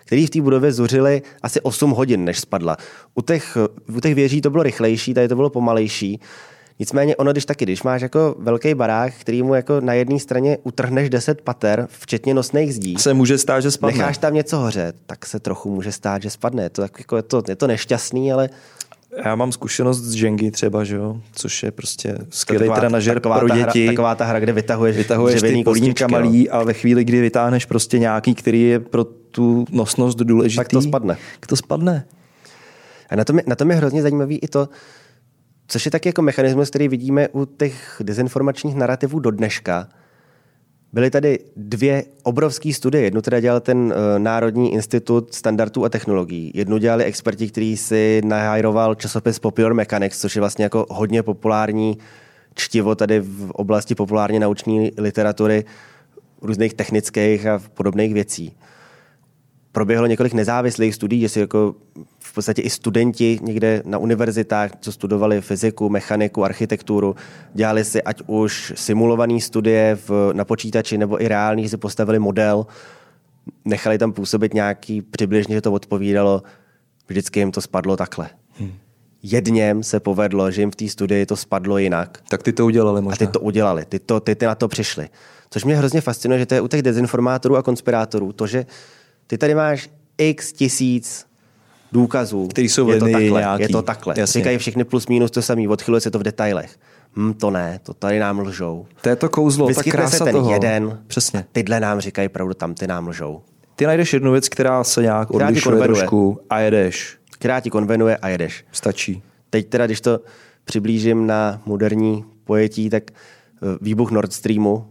který v té budově zuřili asi osm hodin, než spadla. U těch, u těch věží to bylo rychlejší, tady to bylo pomalejší. Nicméně ono, když taky, když máš jako velký barák, který mu jako na jedné straně utrhneš deset pater, včetně nosných zdí, se může stát, že spadne. Necháš tam něco hořet, tak se trochu může stát, že spadne. Je to, jako, je to, je to nešťastný, ale... Já mám zkušenost z Jengy třeba, že jo? Což je prostě skvělý trenažer pro děti. Hra, taková ta hra, kde vytahuješ, vytahuješ ty polínka malý a ve chvíli, kdy vytáhneš prostě nějaký, který je pro tu nosnost důležitý, tak to spadne. To spadne. A na tom, je, na tom je hrozně zajímavý i to, což je taky jako mechanismus, který vidíme u těch dezinformačních narrativů do dneška. Byly tady dvě obrovské studie. Jednu teda dělal ten uh, Národní institut standardů a technologií. Jednu dělali experti, kteří si nahajroval časopis Popular Mechanics, což je vlastně jako hodně populární čtivo tady v oblasti populárně naučné literatury, různých technických a podobných věcí. Proběhlo několik nezávislých studií, že si jako v podstatě i studenti někde na univerzitách, co studovali fyziku, mechaniku, architekturu, dělali si ať už simulované studie v, na počítači nebo i reální, si postavili model, nechali tam působit nějaký přibližně, že to odpovídalo, vždycky jim to spadlo takhle. Hmm. Jedněm se povedlo, že jim v té studii to spadlo jinak. Tak ty to udělali možná. A ty to udělali, ty, to, ty, ty na to přišli. Což mě hrozně fascinuje, že to je u těch dezinformátorů a konspirátorů, to, že ty tady máš x tisíc důkazů, který jsou je to takhle, nějaký. je to takhle. Jasně. Říkají všechny plus minus to samý, odchyluje se to v detailech. Hm, to ne, to tady nám lžou. To je to kouzlo, Vyskytne ta krása se ten toho. jeden, přesně. Tyhle nám říkají pravdu, tam ty nám lžou. Ty najdeš jednu věc, která se nějak která odlišuje trošku a jedeš. Která ti konvenuje a jedeš. Stačí. Teď teda, když to přiblížím na moderní pojetí, tak výbuch Nord Streamu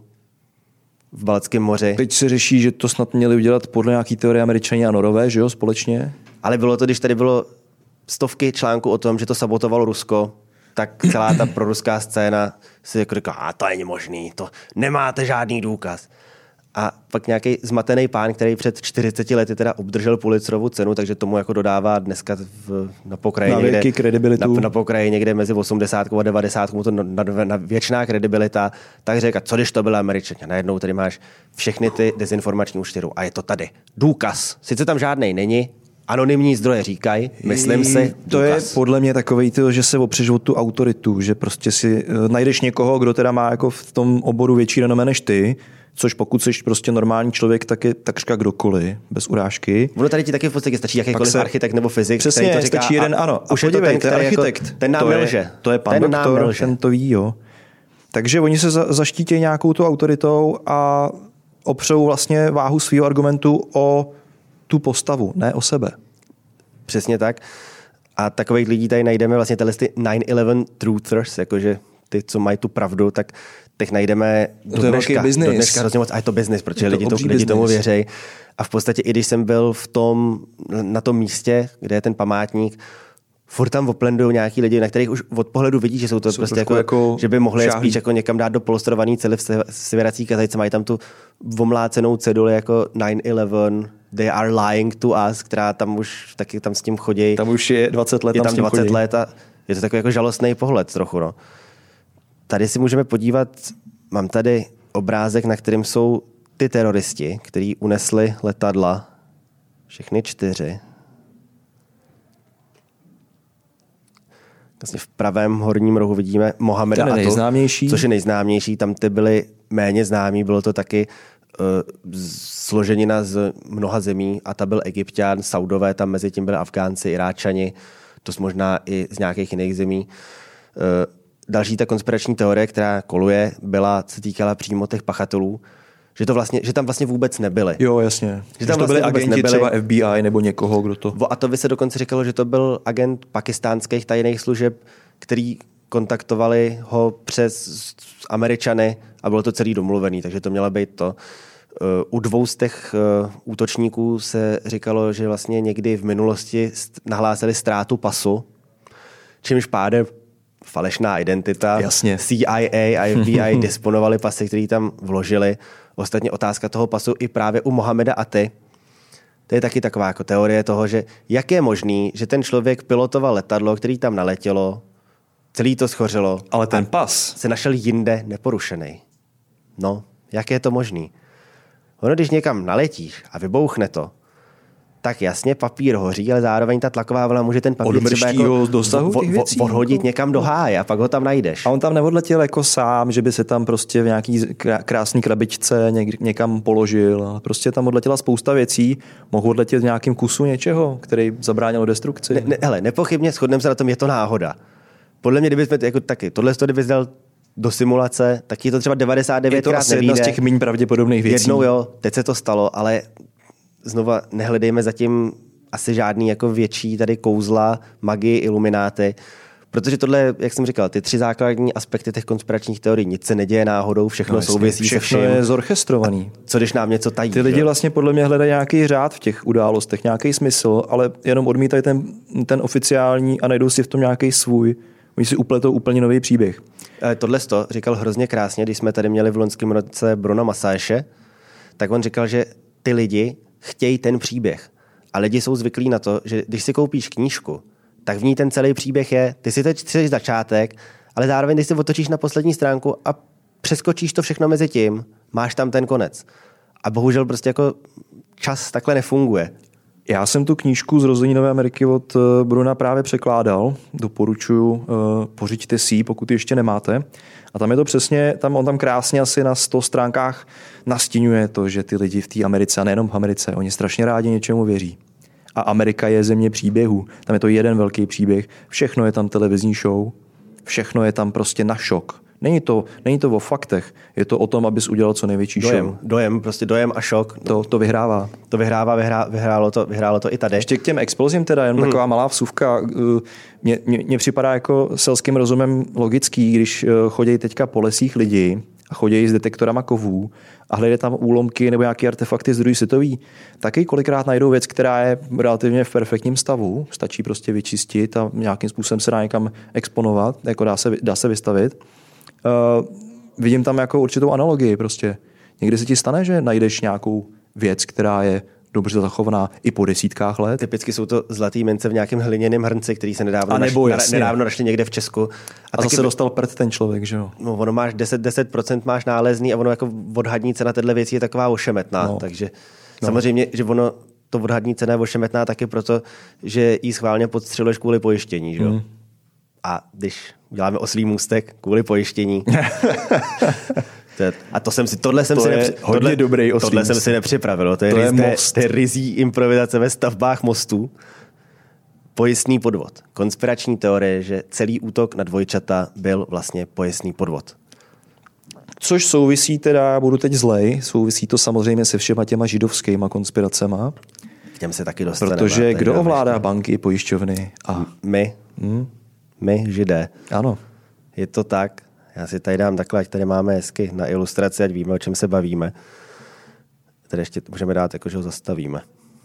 v Baltském moři. Teď se řeší, že to snad měli udělat podle nějaký teorie Američané a Norové, že jo, společně. Ale bylo to, když tady bylo stovky článků o tom, že to sabotovalo Rusko, tak celá ta proruská scéna si jako říká, a to není možný, to nemáte žádný důkaz. A pak nějaký zmatený pán, který před čtyřiceti lety teda obdržel Pulitzerovu cenu, takže tomu jako dodává dneska v, na pokraji na někde, kredibilitu. Na, na pokraji někde mezi osmdesátkou a devadesátkou, to na, na, na věčná kredibilita, tak řekl, co když to byl Američan. A najednou tady máš všechny ty dezinformační účtyru a je to tady. Důkaz. Sice tam žádnej není, anonymní zdroje říkají, myslím si, důkaz. To je podle mě takovej to, že se opřeš o tu autoritu, že prostě si uh, najdeš někoho, kdo teda má jako v tom oboru větší renomé než ty, což pokud jsi prostě normální člověk, tak je takřka kdokoliv, bez urážky. Ono tady ti taky v podstatě stačí jakýkoliv se... architekt nebo fyzik, přesně, který to říká. Stačí jeden, ano. A už podívej, je to ten, ten architekt, jako, ten nám to nelže. Je, to je pan ten doktor, ten to ví, jo. Takže oni se za, zaštítí nějakou tu autoritou a opřou vlastně váhu svého argumentu o tu postavu, ne o sebe. Přesně tak. A takových lidí tady najdeme vlastně tyhle nine eleven truthers, jakože ty, co mají tu pravdu, tak těch najdeme do to dneška, do dneška hrozně moc. A je to business, protože to lidi, to, lidi tomu věří. A v podstatě i když jsem byl v tom, na tom místě, kde je ten památník, furt tam oplendují nějaký lidi, na kterých už od pohledu vidí, že jsou to jsou prostě jako, jako, že by mohli spíš jako někam dát do polstrovaný cely v svěrací kazajce, mají tam tu omlácenou ceduli jako nine eleven, they are lying to us, která tam už taky tam s tím chodí. Tam už je dvacet let, je tam, tam dvacet chodí. let a je to takový jako žalostný pohled trochu, no. Tady si můžeme podívat, mám tady obrázek, na kterém jsou ty teroristi, kteří unesli letadla, všechny čtyři. Vlastně v pravém horním rohu vidíme Mohameda Atu, nejznámější. Což je nejznámější. Tam ty byly méně známí, bylo to taky uh, složenina z mnoha zemí. Ata byl Egypťan, Saudové, tam mezi tím byli Afgánci, Iráčani, to možná i z nějakých jiných zemí. Uh, další ta konspirační teorie, která koluje, byla, se týkala přímo těch pachatelů, že, to vlastně, že tam vlastně vůbec nebyli. Jo, jasně. Že tam to vlastně byli agenti nebyli. Třeba F B I nebo někoho, kdo to... O Atovi se dokonce říkalo, že to byl agent pakistánských tajných služeb, který kontaktovali ho přes Američany a bylo to celý domluvený, takže to mělo být to. U dvou z těch útočníků se říkalo, že vlastně někdy v minulosti nahlásili ztrátu pasu, čímž pádem falešná identita. Jasně. C I A a F B I disponovali pasy, které tam vložili. Ostatně otázka toho pasu i právě u Mohameda Aty. To je taky taková jako teorie toho, že jak je možný, že ten člověk pilotoval letadlo, který tam naletělo, celý to schořelo. Ale ten pas se našel jinde neporušený. No, jak je to možný? Ono, když někam naletíš a vybouchne to, tak jasně papír hoří, ale zároveň ta tlaková vlna může ten papír třeba jako dosahu těch věcí, odhodit jako, někam do háje a pak ho tam najdeš. A on tam neodletěl jako sám, že by se tam prostě v nějaký krásný krabičce někam položil. Ale prostě tam odletěla spousta věcí, mohl odletět v nějakém kusu něčeho, který zabránil destrukci. Ne, ne, hele, nepochybně shodneme se na tom, je to náhoda. Podle mě, kdyby jsme jako taky, tohle to kdyby dal do simulace, tak je to třeba devadesát devět krát nevíde. Je to asi jedna z těch méně pravděpodobných věcí. Jednou jo, teď se to stalo, ale znova nehledejme zatím asi žádný jako větší tady kouzla, magii, ilumináty, protože tohle, jak jsem říkal, ty tři základní aspekty těch konspiračních teorií, nic se neděje náhodou, všechno no, souvisí všechno se vším. Je zorchestrovaný. A co když nám něco tají? Ty lidi vlastně podle mě hledají nějaký řád v těch událostech, nějaký smysl, ale jenom odmítají ten, ten oficiální a najdou si v tom nějaký svůj. Oni si upletou úplně nový příběh. Tohle to říkal hrozně krásně, když jsme tady měli v loňském roce Bruna Masáše, tak on říkal, že ty lidi chtějí ten příběh. A lidi jsou zvyklí na to, že když si koupíš knížku, tak v ní ten celý příběh je, ty si teď chceš začátek, ale zároveň, když si otočíš na poslední stránku a přeskočíš to všechno mezi tím, máš tam ten konec. A bohužel prostě jako čas takhle nefunguje. Já jsem tu knížku Zrození Nové Ameriky od Bruna právě překládal. Doporučuji, pořiďte si ji, pokud ji ještě nemáte. A tam je to přesně, tam on tam krásně asi na sto stránkách nastínuje to, že ty lidi v té Americe, a nejenom v Americe, oni strašně rádi něčemu věří. A Amerika je země příběhů. Tam je to jeden velký příběh. Všechno je tam televizní show. Všechno je tam prostě na šok. Není to, není to o faktech. Je to o tom, abys udělal co největší dojem, show. Dojem, prostě dojem a šok. To, to vyhrává. To vyhrává, vyhrá, vyhrálo, to, vyhrálo to i tady. Ještě k těm explozím teda, jen mm. taková malá vsuvka. Mně, mně, mně připadá jako selským rozumem logický, když chodí teďka po lesích lidi a chodí s detektorama kovů a hledají tam úlomky nebo nějaké artefakty z druhé světové, taky kolikrát najdou věc, která je relativně v perfektním stavu, stačí prostě vyčistit a nějakým způsobem se dá někam exponovat, jako dá se, dá se vystavit. Uh, vidím tam jako určitou analogii prostě. Někdy se ti stane, že najdeš nějakou věc, která je dobře zachovaná i po desítkách let. Typicky jsou to zlatý mince v nějakém hliněném hrnci, který se nedávno, a nebo, naš, nedávno našli někde v Česku. A, a zase by... dostal prd ten člověk, že jo? No, ono máš deset procent máš nálezný a ono jako odhadní cena téhle věci je taková ošemetná. No. Takže no. Samozřejmě, že ono to odhadní cena je ošemetná taky proto, že jí schválně podstřeluješ kvůli pojištění, že jo? Mm. A když děláme oslý můstek kvůli pojištění. A to jsem si, tohle jsem to si nepři, tohle, dobrý tohle jsem si nepřipravil. To je, to je, riz, to je rizí improvizace ve stavbách mostů. Pojistný podvod. Konspirační teorie, že celý útok na dvojčata byl vlastně pojistný podvod. Což souvisí teda, budu teď zlej, souvisí to samozřejmě se všema těma židovskýma konspiracema. K těm se taky dostaneme. Protože kdo ovládá ještě banky, pojišťovny? A my. Hmm? My, Židé. Ano. Je to tak. Já si tady dám takhle, ať tady máme hezky na ilustraci, ať víme, o čem se bavíme. Tady ještě můžeme dát, jako, že ho zastavíme.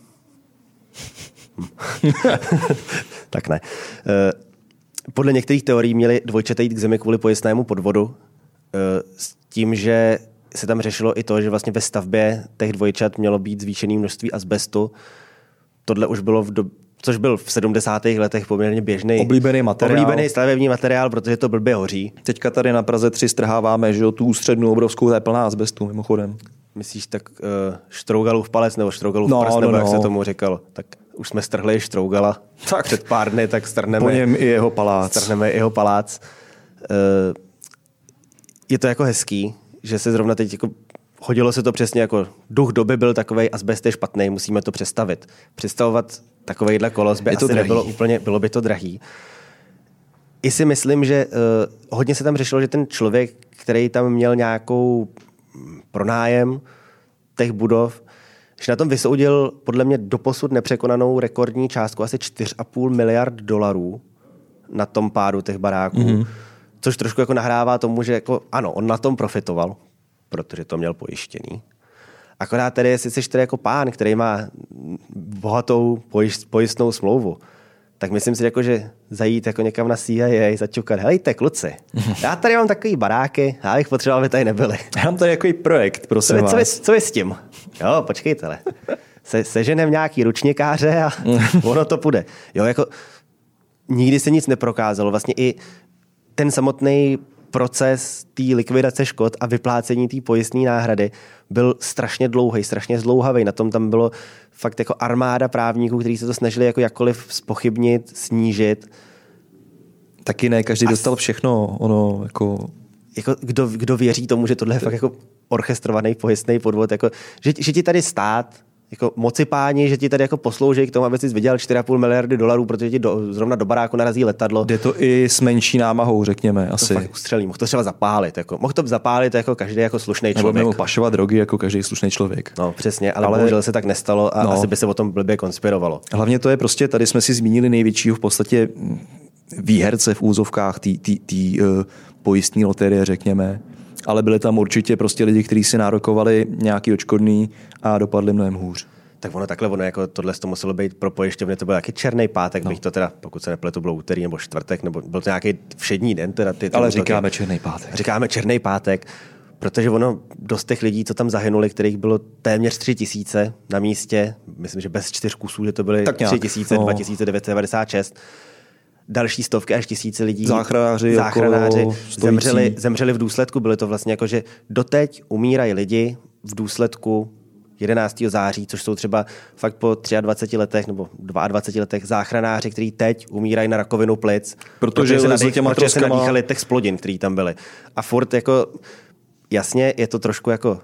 Tak ne. Podle některých teorií měli dvojčata jít k zemi kvůli pojistnému podvodu s tím, že se tam řešilo i to, že vlastně ve stavbě těch dvojčat mělo být zvýšené množství azbestu. Tohle už bylo v době, což byl v sedmdesátých letech poměrně běžný oblíbený materiál. Oblíbený stavební materiál, protože to blbě hoří. Teďka tady na Praze tři strháváme, že tu ústřednu obrovskou, to je plná azbestu mimochodem. Myslíš tak uh, Štrougalův palec nebo Štrougalův no, prst, no, nebo no. jak se tomu říkalo. Tak už jsme strhli Štrougala tak před pár dny, tak strhneme po něm i jeho palác. Strhneme i jeho palác. Uh, je to jako hezký, že se zrovna teď jako hodilo se to přesně jako duch doby byl takovej, azbest je špatný, musíme to přestavit. Představovat takovejhle kolos by asi drahý. Nebylo úplně, bylo by to drahý. I si myslím, že uh, hodně se tam řešilo, že ten člověk, který tam měl nějakou pronájem těch budov, že na tom vysoudil podle mě doposud nepřekonanou rekordní částku asi čtyři a půl miliard dolarů na tom pádu těch baráků, mm-hmm. což trošku jako nahrává tomu, že jako, ano, on na tom profitoval, protože to měl pojištěný. Akorát tedy, jestli jsi tedy jako pán, který má bohatou pojistnou smlouvu, tak myslím si, jako, že zajít jako někam na C I A, začukat, helejte, kluci, já tady mám takový baráky, já bych potřeboval, aby tady nebyli. Já mám tady takový projekt, prosím co, vás. Co je, co je s tím? Jo, počkejte, Se, seženem nějaký ručníkáře a ono to půjde. Jo, jako nikdy se nic neprokázalo. Vlastně i ten samotný proces té likvidace škod a vyplácení té pojistné náhrady byl strašně dlouhý, strašně zdlouhavý. Na tom tam bylo fakt jako armáda právníků, kteří se to snažili jako jakkoliv zpochybnit, snížit. Taky ne, každý a dostal všechno. Ono jako... Jako kdo, kdo věří tomu, že tohle je fakt jako orchestrovaný pojistný podvod, jako, že, že ti tady stát, jako moci páni, že ti tady jako poslouží k tomu, aby jsi vydělal čtyři a půl miliardy dolarů, protože ti do, zrovna do baráku narazí letadlo. Jde to i s menší námahou, řekněme, to asi. Fakt ustřelí, mohl to třeba zapálit. Jako. Mohl to zapálit jako každý jako slušný člověk. Nebo mohl pašovat drogy jako každý slušný člověk. No přesně, ale, ale bohužel se tak nestalo a no. asi by se o tom blbě konspirovalo. Hlavně to je prostě, tady jsme si zmínili největšího v podstatě výherce v úzovkách té uh, pojistní loterie, řekněme. Ale byli tam určitě prostě lidi, kteří si nárokovali nějaký odškodný a dopadli mnohem hůř. Tak ono takhle, ono jako tohle to muselo být pro pojišťovny, to byl nějaký černý pátek, no. bych to teda, pokud se nepletu, bylo úterý nebo čtvrtek, nebo byl to nějaký všední den. Teda ty, ale říkáme černý pátek. Říkáme černý pátek, protože ono dost těch lidí, co tam zahynuli, kterých bylo téměř tři tisíce na místě, myslím, že bez čtyř kusů, že to byly tři tisíce, no. dva tisíce devět set devadesát šest, další stovky až tisíce lidí, záchranáři, záchranáři zemřeli, zemřeli v důsledku. Byly to vlastně jako, že doteď umírají lidi v důsledku jedenáctého září, což jsou třeba fakt po dvaceti třech letech nebo dvaceti dvou letech záchranáři, kteří teď umírají na rakovinu plic, protože, protože, se, nadých, těma protože se nadýchali těch splodin, který tam byly. A furt jako, jasně, je to trošku jako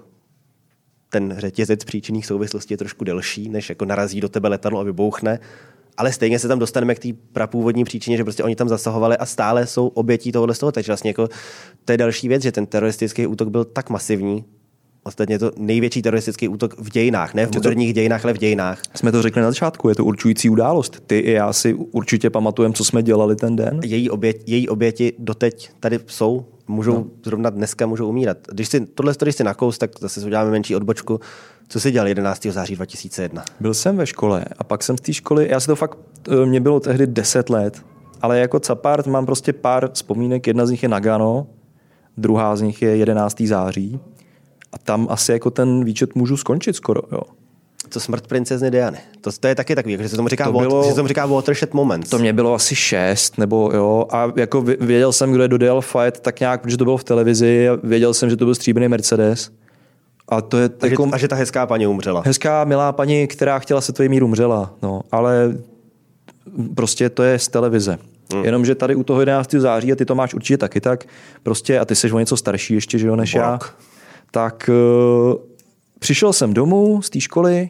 ten řetězec příčinných souvislostí je trošku delší, než jako narazí do tebe letadlo a vybouchne, ale stejně se tam dostaneme k té prapůvodní příčině, že prostě oni tam zasahovali a stále jsou obětí tohohle z toho. Takže vlastně jako to je další věc, že ten teroristický útok byl tak masivní. Ostatně je to největší teroristický útok v dějinách, ne v moderních dějinách, ale v dějinách. Jsme to řekli na začátku, je to určující událost. Ty i já si určitě pamatujeme, co jsme dělali ten den. Její, oběť, její oběti doteď tady jsou, můžou no. zrovna dneska můžou umírat. Když si tohle když si nakous, tak zase uděláme menší odbočku. Co jsi dělal jedenáctého září dva tisíce jedna? Byl jsem ve škole a pak jsem z té školy, já si to fakt, mě bylo tehdy deset let, ale jako capart mám prostě pár vzpomínek, jedna z nich je Nagano, druhá z nich je jedenáctého září a tam asi jako ten výčet můžu skončit skoro, jo. To smrt princezny Diany. To, to je taky takový, že se tomu říká, to bylo, že se tomu říká watershed moment. To mě bylo asi šest, nebo jo, a jako věděl jsem, kdo je do Dale Fight, tak nějak, protože to bylo v televizi, a věděl jsem, že to byl stříbrný Mercedes. A to je a, jako, že, a že ta hezká paní umřela. Hezká, milá paní, která chtěla světový mír, umřela. No, ale prostě to je z televize. Hmm. Jenomže tady u toho jedenáctého září, a ty to máš určitě taky tak, prostě, a ty jsi o něco starší ještě, že jo, než Borok. já, tak uh, přišel jsem domů z té školy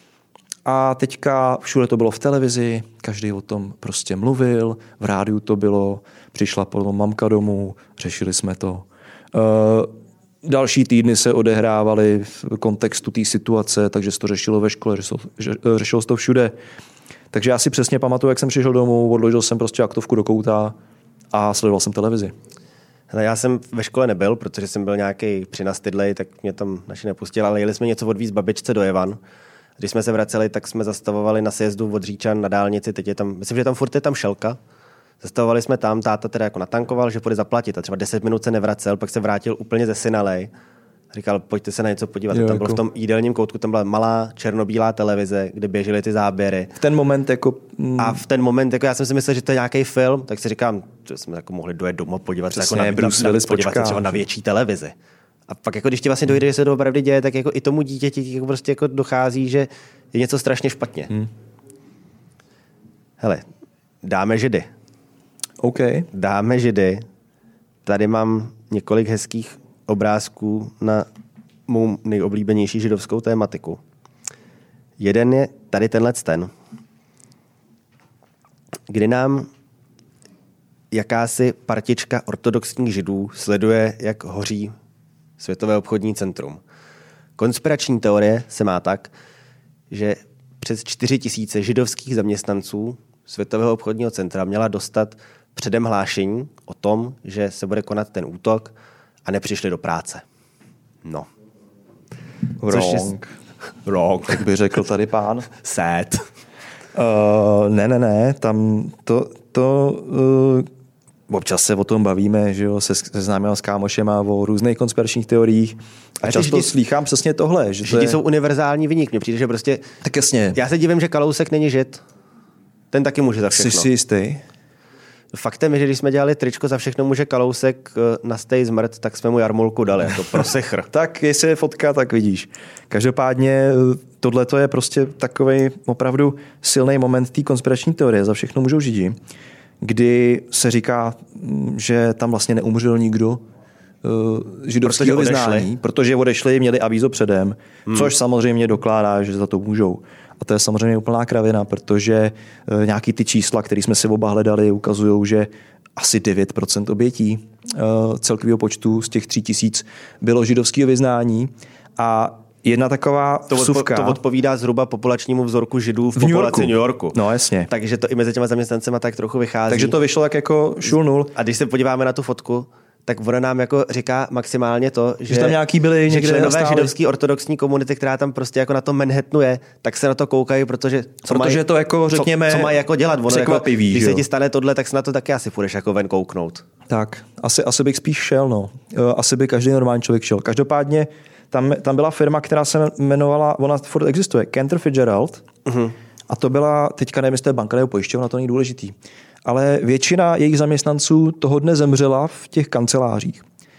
a teďka všude to bylo v televizi, každý o tom prostě mluvil, v rádiu to bylo, přišla potom mamka domů, řešili jsme to. Uh, Další týdny se odehrávaly v kontextu té situace, takže se to řešilo ve škole, řešilo se to všude. Takže já si přesně pamatuju, jak jsem přišel domů, odložil jsem prostě aktovku do kouta a sledoval jsem televizi. Hele, já jsem ve škole nebyl, protože jsem byl nějaký přinastydlej, tak mě tam naši nepustili, ale jeli jsme něco odvíz babičce do Jevan. Když jsme se vraceli, tak jsme zastavovali na sjezdu od Říčan na dálnici, teď je tam, myslím, že tam furt je tam šelka. Zastavovali jsme tam, táta teda jako natankoval, že půjde zaplatit a třeba deset minut se nevracel, pak se vrátil úplně zesinalej. Říkal, pojďte se na něco podívat. Jo, tam bylo jako... v tom jídelním koutku, tam byla malá černobílá televize, kde běžely ty záběry. V ten moment jako... Mm... A v ten moment, jako já jsem si myslel, že to je nějaký film, tak si říkám, že jsme jako mohli dojet domů, podívat Přesně, se, jako na, na, na, podívat se třeba na větší televizi. A pak jako když ti vlastně dojde, že se to opravdu děje, tak jako i tomu dítěti jako prostě jako dochází, že je něco strašně špatně. Hmm. Hele, dáme židy. OK. Dáme židy. Tady mám několik hezkých obrázků na mou nejoblíbenější židovskou tématiku. Jeden je tady tenhle ten, kdy nám jakási partička ortodoxních židů sleduje, jak hoří Světové obchodní centrum. Konspirační teorie se má tak, že přes čtyři tisíce židovských zaměstnanců Světového obchodního centra měla dostat předem hlášení o tom, že se bude konat ten útok a nepřišli do práce. No. Wrong. Wrong. Jak by řekl tady pán. Sad. Uh, ne, ne, ne. Tam to... to uh, občas se o tom bavíme, že jo, se, se známým s kámošema o různých konspiračních teoriích. A, a často židi, slýchám přesně tohle. Že židi to je... jsou univerzální viník. Mně přijde, že prostě... Tak jasně. Já se divím, že Kalousek není žid. Ten taky může za všechno. Jsi si jistý? Faktem je, že když jsme dělali tričko Za všechno může Kalousek na Stej zmrt, tak jsme mu jarmulku dali, jako pro sechr. Tak jestli je fotka, tak vidíš. Každopádně tohle je prostě takový opravdu silný moment té konspirační teorie Za všechno můžou Židi, kdy se říká, že tam vlastně neumřel nikdo židovského vyznání, protože odešli, měli avízo předem, hmm. což samozřejmě dokládá, že za to můžou. A to je samozřejmě úplná kravina, protože nějaký ty čísla, které jsme si oba hledali, ukazují, že asi devět procent obětí celkového počtu z těch tří tisíc bylo židovského vyznání. A jedna taková to, vsuvka, to odpovídá zhruba populačnímu vzorku židů v, v populaci New Yorku. No jasně. Takže to i mezi těma zaměstnancema tak trochu vychází. Takže to vyšlo tak jako šul nul. A když se podíváme na tu fotku, tak ona nám jako říká maximálně to, že, že tam nějaký byli že někde členové židovské ortodoxní komunity, která tam prostě jako na to Manhattanu je, tak se na to koukají, protože co protože mají, to jako řekněme co, co mají jako dělat. Ono jako, když jo. se ti stane tohle, tak se na to taky asi půjdeš jako ven kouknout. Tak, asi, asi bych spíš šel, no. Asi by každý normální člověk šel. Každopádně tam, tam byla firma, která se jmenovala, ona furt existuje, Cantor Fitzgerald. Uh-huh. A to byla, teďka nevím, jestli to je banka nebo pojišťovna, to není důležitý. Ale většina jejich zaměstnanců toho dne zemřela v těch kancelářích.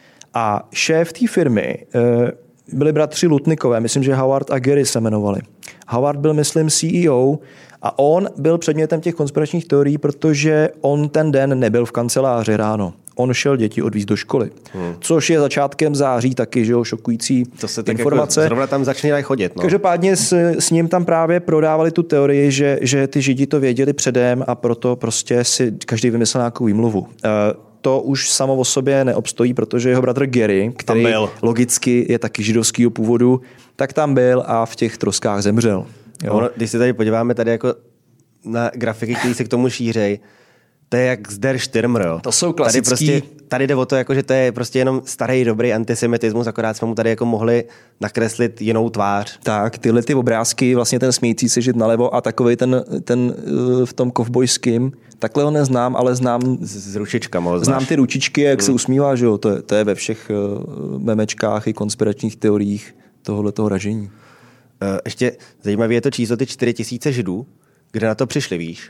A šéf té firmy byli bratři Lutnikové, myslím, že Howard a Gary se jmenovali. Howard byl, myslím, C E O a on byl předmětem těch konspiračních teorií, protože on ten den nebyl v kanceláři ráno. On šel děti odvízt do školy, hmm. což je začátkem září taky, že jo, šokující to se informace. Jako zrovna tam začínají chodit. No. Každopádně s, s ním tam právě prodávali tu teorii, že, že ty Židi to věděli předem a proto prostě si každý vymyslel nějakou výmluvu. Uh, to už samo o sobě neobstojí, protože jeho bratr Gary, který logicky je taky židovského původu, tak tam byl a v těch troskách zemřel. Jo? Ono, když se tady podíváme tady jako na grafiky, které se k tomu šířejí, to je jak z Der Stürmer, jo. To jsou klasický. Tady, prostě, tady jde o to, jako, že to je prostě jenom starý, dobrý antisemitismus, akorát jsme mu tady jako mohli nakreslit jinou tvář. Tak, tyhle ty obrázky, vlastně ten smějící se Žid nalevo a takovej ten, ten v tom kovbojským, takhle ho neznám, ale znám s, s ručičkama. Znám ty ručičky, jak hmm. se usmívá, že jo. To je, to je ve všech memečkách i konspiračních teoriích tohohletoho ražení. Ještě zajímavé je to číslo, ty čtyři tisíce Židů, kde na to přišli, víš?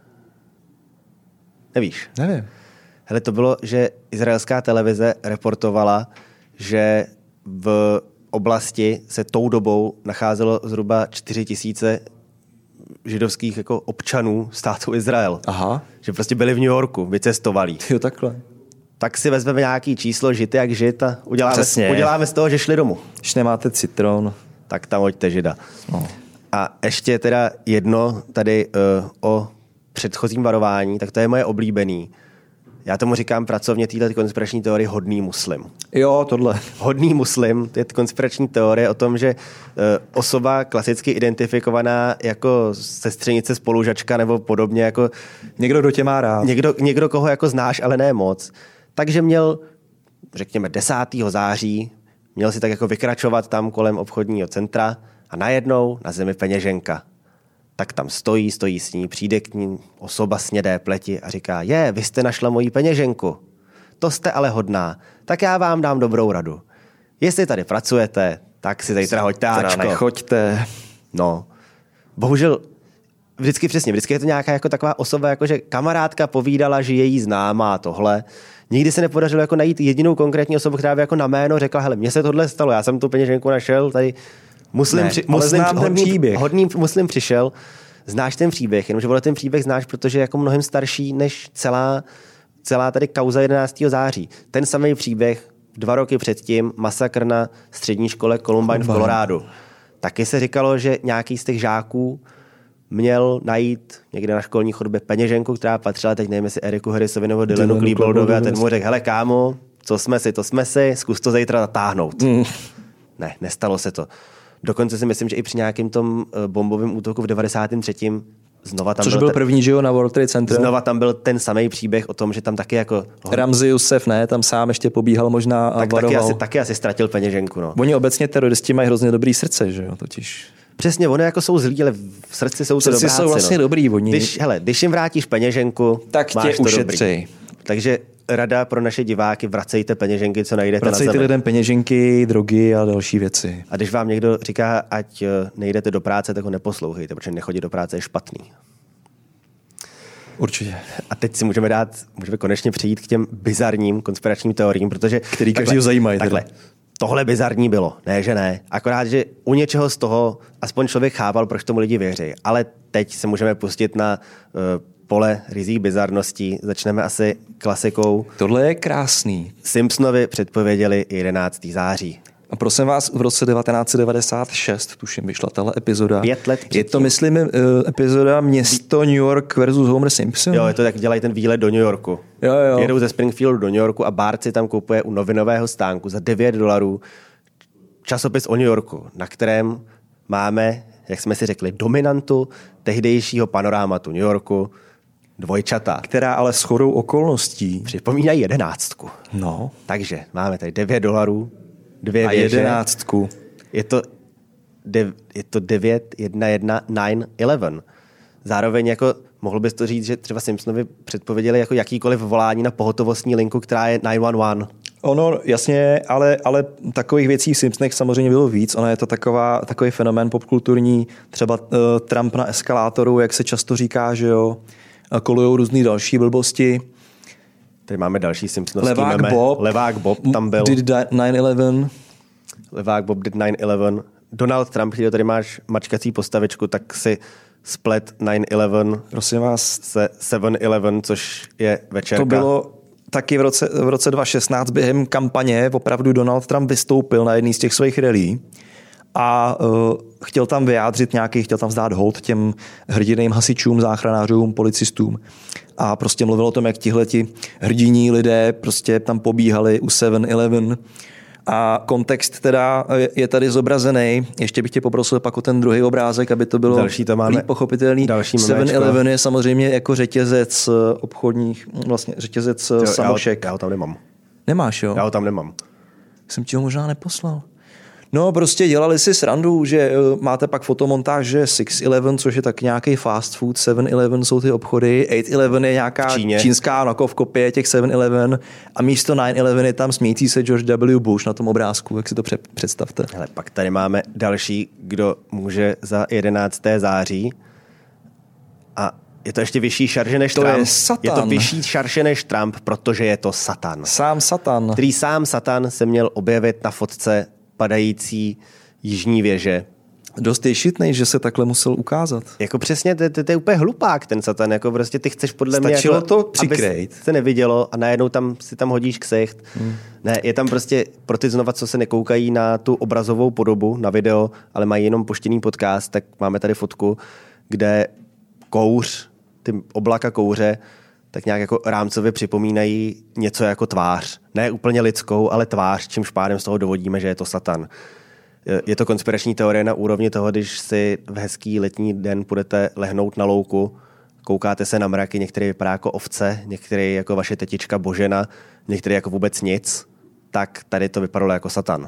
Nevíš? Nevím. Hele, to bylo, že izraelská televize reportovala, že v oblasti se tou dobou nacházelo zhruba čtyři tisíce židovských jako občanů státu Izrael. Aha. Že prostě byli v New Yorku, vycestovali. Jo, takhle. Tak si vezmeme nějaký číslo, žity jak žid a uděláme, uděláme z toho, že šli domů. Když nemáte citron. Tak tam hoďte Žida. No. A ještě teda jedno tady uh, o předchozím varování, tak to je moje oblíbený. Já tomu říkám pracovně této konspirační teorie hodný muslim. Jo, tohle. Hodný muslim, to je konspirační teorie o tom, že uh, osoba klasicky identifikovaná jako sestřenice, spolužačka nebo podobně jako... Někdo, kdo tě má rád. Někdo, někdo, koho jako znáš, ale ne moc. Takže měl, řekněme, desátého září, měl si tak jako vykračovat tam kolem obchodního centra a najednou na zemi peněženka. Tak tam stojí, stojí s ní, přijde k ní osoba snědé pleti a říká, je, vy jste našla moji peněženku. To jste ale hodná, tak já vám dám dobrou radu. Jestli tady pracujete, tak si zítra hoďte áčko. Nechoďte. No, bohužel, vždycky přesně, vždycky je to nějaká jako taková osoba, jako že kamarádka povídala, že je jí známá tohle. Nikdy se nepodařilo jako najít jedinou konkrétní osobu, která by jako na jméno řekla, hele, mně se tohle stalo, já jsem tu peněženku našel, tady muslim, ne, při, muslim hodný, příběh. hodný muslim přišel, znáš ten příběh, jenomže vole, ten příběh znáš, protože je jako mnohem starší než celá, celá tady kauza jedenáctého září. Ten samý příběh dva roky předtím, masakr na střední škole Columbine v Kolorádu. Taky se říkalo, že nějaký z těch žáků měl najít někde na školní chodbě peněženku, která patřila, teď nevím, jestli Eriku Harrisovi nebo Dylanu Kleboaldovi, a ten mu řekl, hele kámo, co jsme si, to jsme si, zkus to zítra zatáhnout. Mm. Ne, nestalo se to. Dokonce si myslím, že i při nějakém tom bombovém útoku v devadesátém třetím znova tam Což byl, byl ten, první, že jo, na World Trade Center. Znova tam byl ten samý příběh o tom, že tam taky jako... Ramzi Youssef, ne, tam sám ještě pobíhal možná a tak varoval. Taky asi, taky asi ztratil peněženku, no. Oni obecně teroristi mají hrozně dobrý srdce, že jo, totiž. Přesně, oni jako jsou zlí, ale v srdci jsou to dobráci. Srdci jsou vlastně no. dobrý, oni. Když, hele, když jim vrátíš peněženku, tak máš tě ušetří. Takže rada pro naše diváky, vracejte peněženky, co najdete vracejte na zemi. lidem peněženky, drogy a další věci. A když vám někdo říká, ať nejdete do práce, tak ho neposlouchejte, protože nechodit do práce je špatný. Určitě. A teď si můžeme dát, můžeme konečně přijít k těm bizarním konspiračním teoriím, protože... Který každýho zajímají. Takhle, tohle bizarní bylo, ne, že ne. Akorát, že u něčeho z toho aspoň člověk chápal, proč tomu lidi věří. Ale teď se můžeme pustit na uh, pole rizích bizarností. Začneme asi klasikou. Tohle je krásný. Simpsonovi předpověděli jedenáctého září. A prosím vás, v roce devatenáct set devadesát šest, tuším, vyšla tahle epizoda. Pět let předtím. Je to, myslím, epizoda Město New York versus Homer Simpson. Jo, je to tak, dělají ten výlet do New Yorku. Jo, jo. Jedou ze Springfieldu do New Yorku a Bart si tam kupuje u novinového stánku za devět dolarů časopis o New Yorku, na kterém máme, jak jsme si řekli, dominantu tehdejšího panorámatu New Yorku, dvojčata. Která ale shodou okolností připomínají jedenáctku. No. Takže máme tady devět dolarů, dvě a věže. jedenáctku. Je to, dev, je to devět jedna jedna nine eleven. Zároveň jako mohl bys to říct, že třeba Simpsonovi předpověděli jako jakýkoliv volání na pohotovostní linku, která je nine one one. Ono, jasně, ale, ale takových věcí v Simpsonech samozřejmě bylo víc. Ono je to taková, takový fenomén popkulturní, třeba uh, Trump na eskalátoru, jak se často říká, že jo, kolujou různý další blbosti. Tady máme další Simpsonovský Levák meme. Bob. Levák Bob tam byl. Did nine eleven. Levák Bob did nine eleven. Donald Trump, když tady máš mačkací postavičku, tak si splet nine eleven. Prosím vás. Se seven eleven, což je večerka. To bylo taky v roce, v roce dva tisíce šestnáct během kampaně. Opravdu Donald Trump vystoupil na jedný z těch svých rallií a uh, chtěl tam vyjádřit nějaký, chtěl tam vzdát hold těm hrdinným hasičům, záchranářům, policistům. A prostě mluvil o tom, jak tihleti hrdiní lidé prostě tam pobíhali u seven eleven. A kontext teda je tady zobrazený. Ještě bych tě poprosil pak o ten druhý obrázek, aby to bylo další to máme, pochopitelný. seven eleven je samozřejmě jako řetězec obchodních, vlastně řetězec jo, samošek. Já ho, já ho tam nemám. Nemáš, jo? Já ho tam nemám. Jsem ti ho možná neposlal. No, prostě dělali si srandu, že máte pak fotomontáž, že six eleven, což je tak nějaký fast food, seven eleven jsou ty obchody, eight eleven je nějaká čínská nakov kopie těch seven eleven a místo nine eleven je tam smějící se George W. Bush na tom obrázku, jak si to představte. Hele, pak tady máme další, kdo může za jedenáctého září a je to ještě vyšší šarže než to Trump. Je, Satan. je to vyšší šarže než Trump, protože je to Satan. Sám Satan. Který sám Satan se měl objevit na fotce padající jižní věže. Dost je šitnej, že se takhle musel ukázat. Jako přesně, to, to, to je úplně hlupák ten Satan, jako prostě ty chceš podle Stačilo mě Stačilo jako, to přikrejt. Aby se nevidělo a najednou tam si tam hodíš ksicht. Hmm. Ne, je tam prostě pro ty znova, co se nekoukají na tu obrazovou podobu, na video, ale mají jenom poštěný podcast, tak máme tady fotku, kde kouř, ty oblaka kouře, tak nějak jako rámcově připomínají něco jako tvář. Ne úplně lidskou, ale tvář, čímž pádem z toho dovodíme, že je to Satan. Je to konspirační teorie na úrovni toho, když si v hezký letní den půjdete lehnout na louku, koukáte se na mraky, některý vypadá jako ovce, některý jako vaše tetička Božena, některý jako vůbec nic, tak tady to vypadalo jako Satan.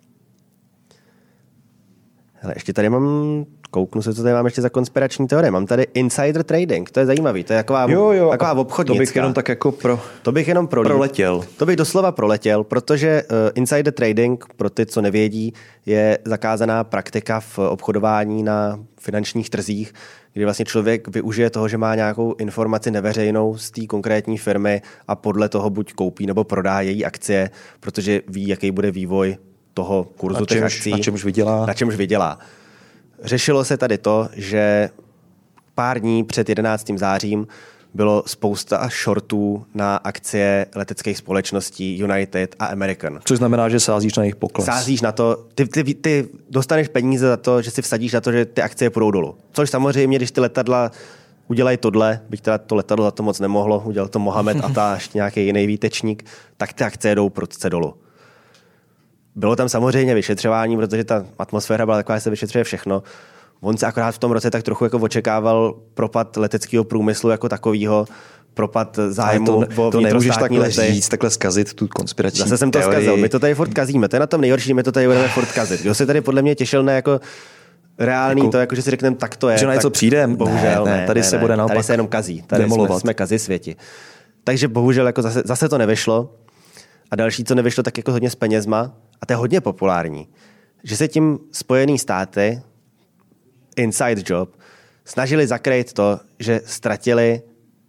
Hele, ještě tady mám, kouknu se, co tady mám ještě za konspirační teorie. Mám tady insider trading, to je zajímavý, to je taková, jo, jo, taková obchodnická. To bych jenom tak jako pro, to bych jenom prolí, proletěl. To bych doslova proletěl, protože uh, insider trading, pro ty, co nevědí, je zakázaná praktika v obchodování na finančních trzích, kdy vlastně člověk využije toho, že má nějakou informaci neveřejnou z té konkrétní firmy a podle toho buď koupí nebo prodá její akcie, protože ví, jaký bude vývoj toho kurzu těch akcí. Na čemž vydělá. Na čemž vydělá. Řešilo se tady to, že pár dní před jedenáctým zářím bylo spousta shortů na akcie leteckých společností United a American. Což znamená, že sázíš na jejich pokles. Sázíš na to, ty, ty, ty dostaneš peníze za to, že si vsadíš na to, že ty akcie půjdou dolů. Což samozřejmě, když ty letadla udělají tohle, byť teda to letadlo za to moc nemohlo, udělal to Mohamed Atta až nějaký jiný výtečník, tak ty akcie jdou prudce dolů. Bylo tam samozřejmě vyšetřování, protože ta atmosféra byla taková, že se vyšetřuje všechno. On se akorát v tom roce tak trochu jako očekával propad leteckého průmyslu jako takovýho, propad zájmu to, o to nemůžeš takhle lety. říct, takhle zkazit tu konspirační Zase jsem to teorii. zkazil, my to tady furt kazíme, to je na tom nejhorší, my to tady budeme furt kazit. Kdo se tady podle mě těšil na jako reálný jako, to, jako že si řekneme, tak to je. Že na něco přijde? Bohužel, ne, ne, tady ne, se ne, bude naopak tady se jenom kazí. Tady demolovat. jsme, jsme kazi světi. Takže bohužel jako zase, zase to nevyšlo. A další, co nevyšlo, tak jako hodně s penězma. A to je hodně populární. Že se tím Spojený státy, inside job, snažili zakrýt to, že ztratili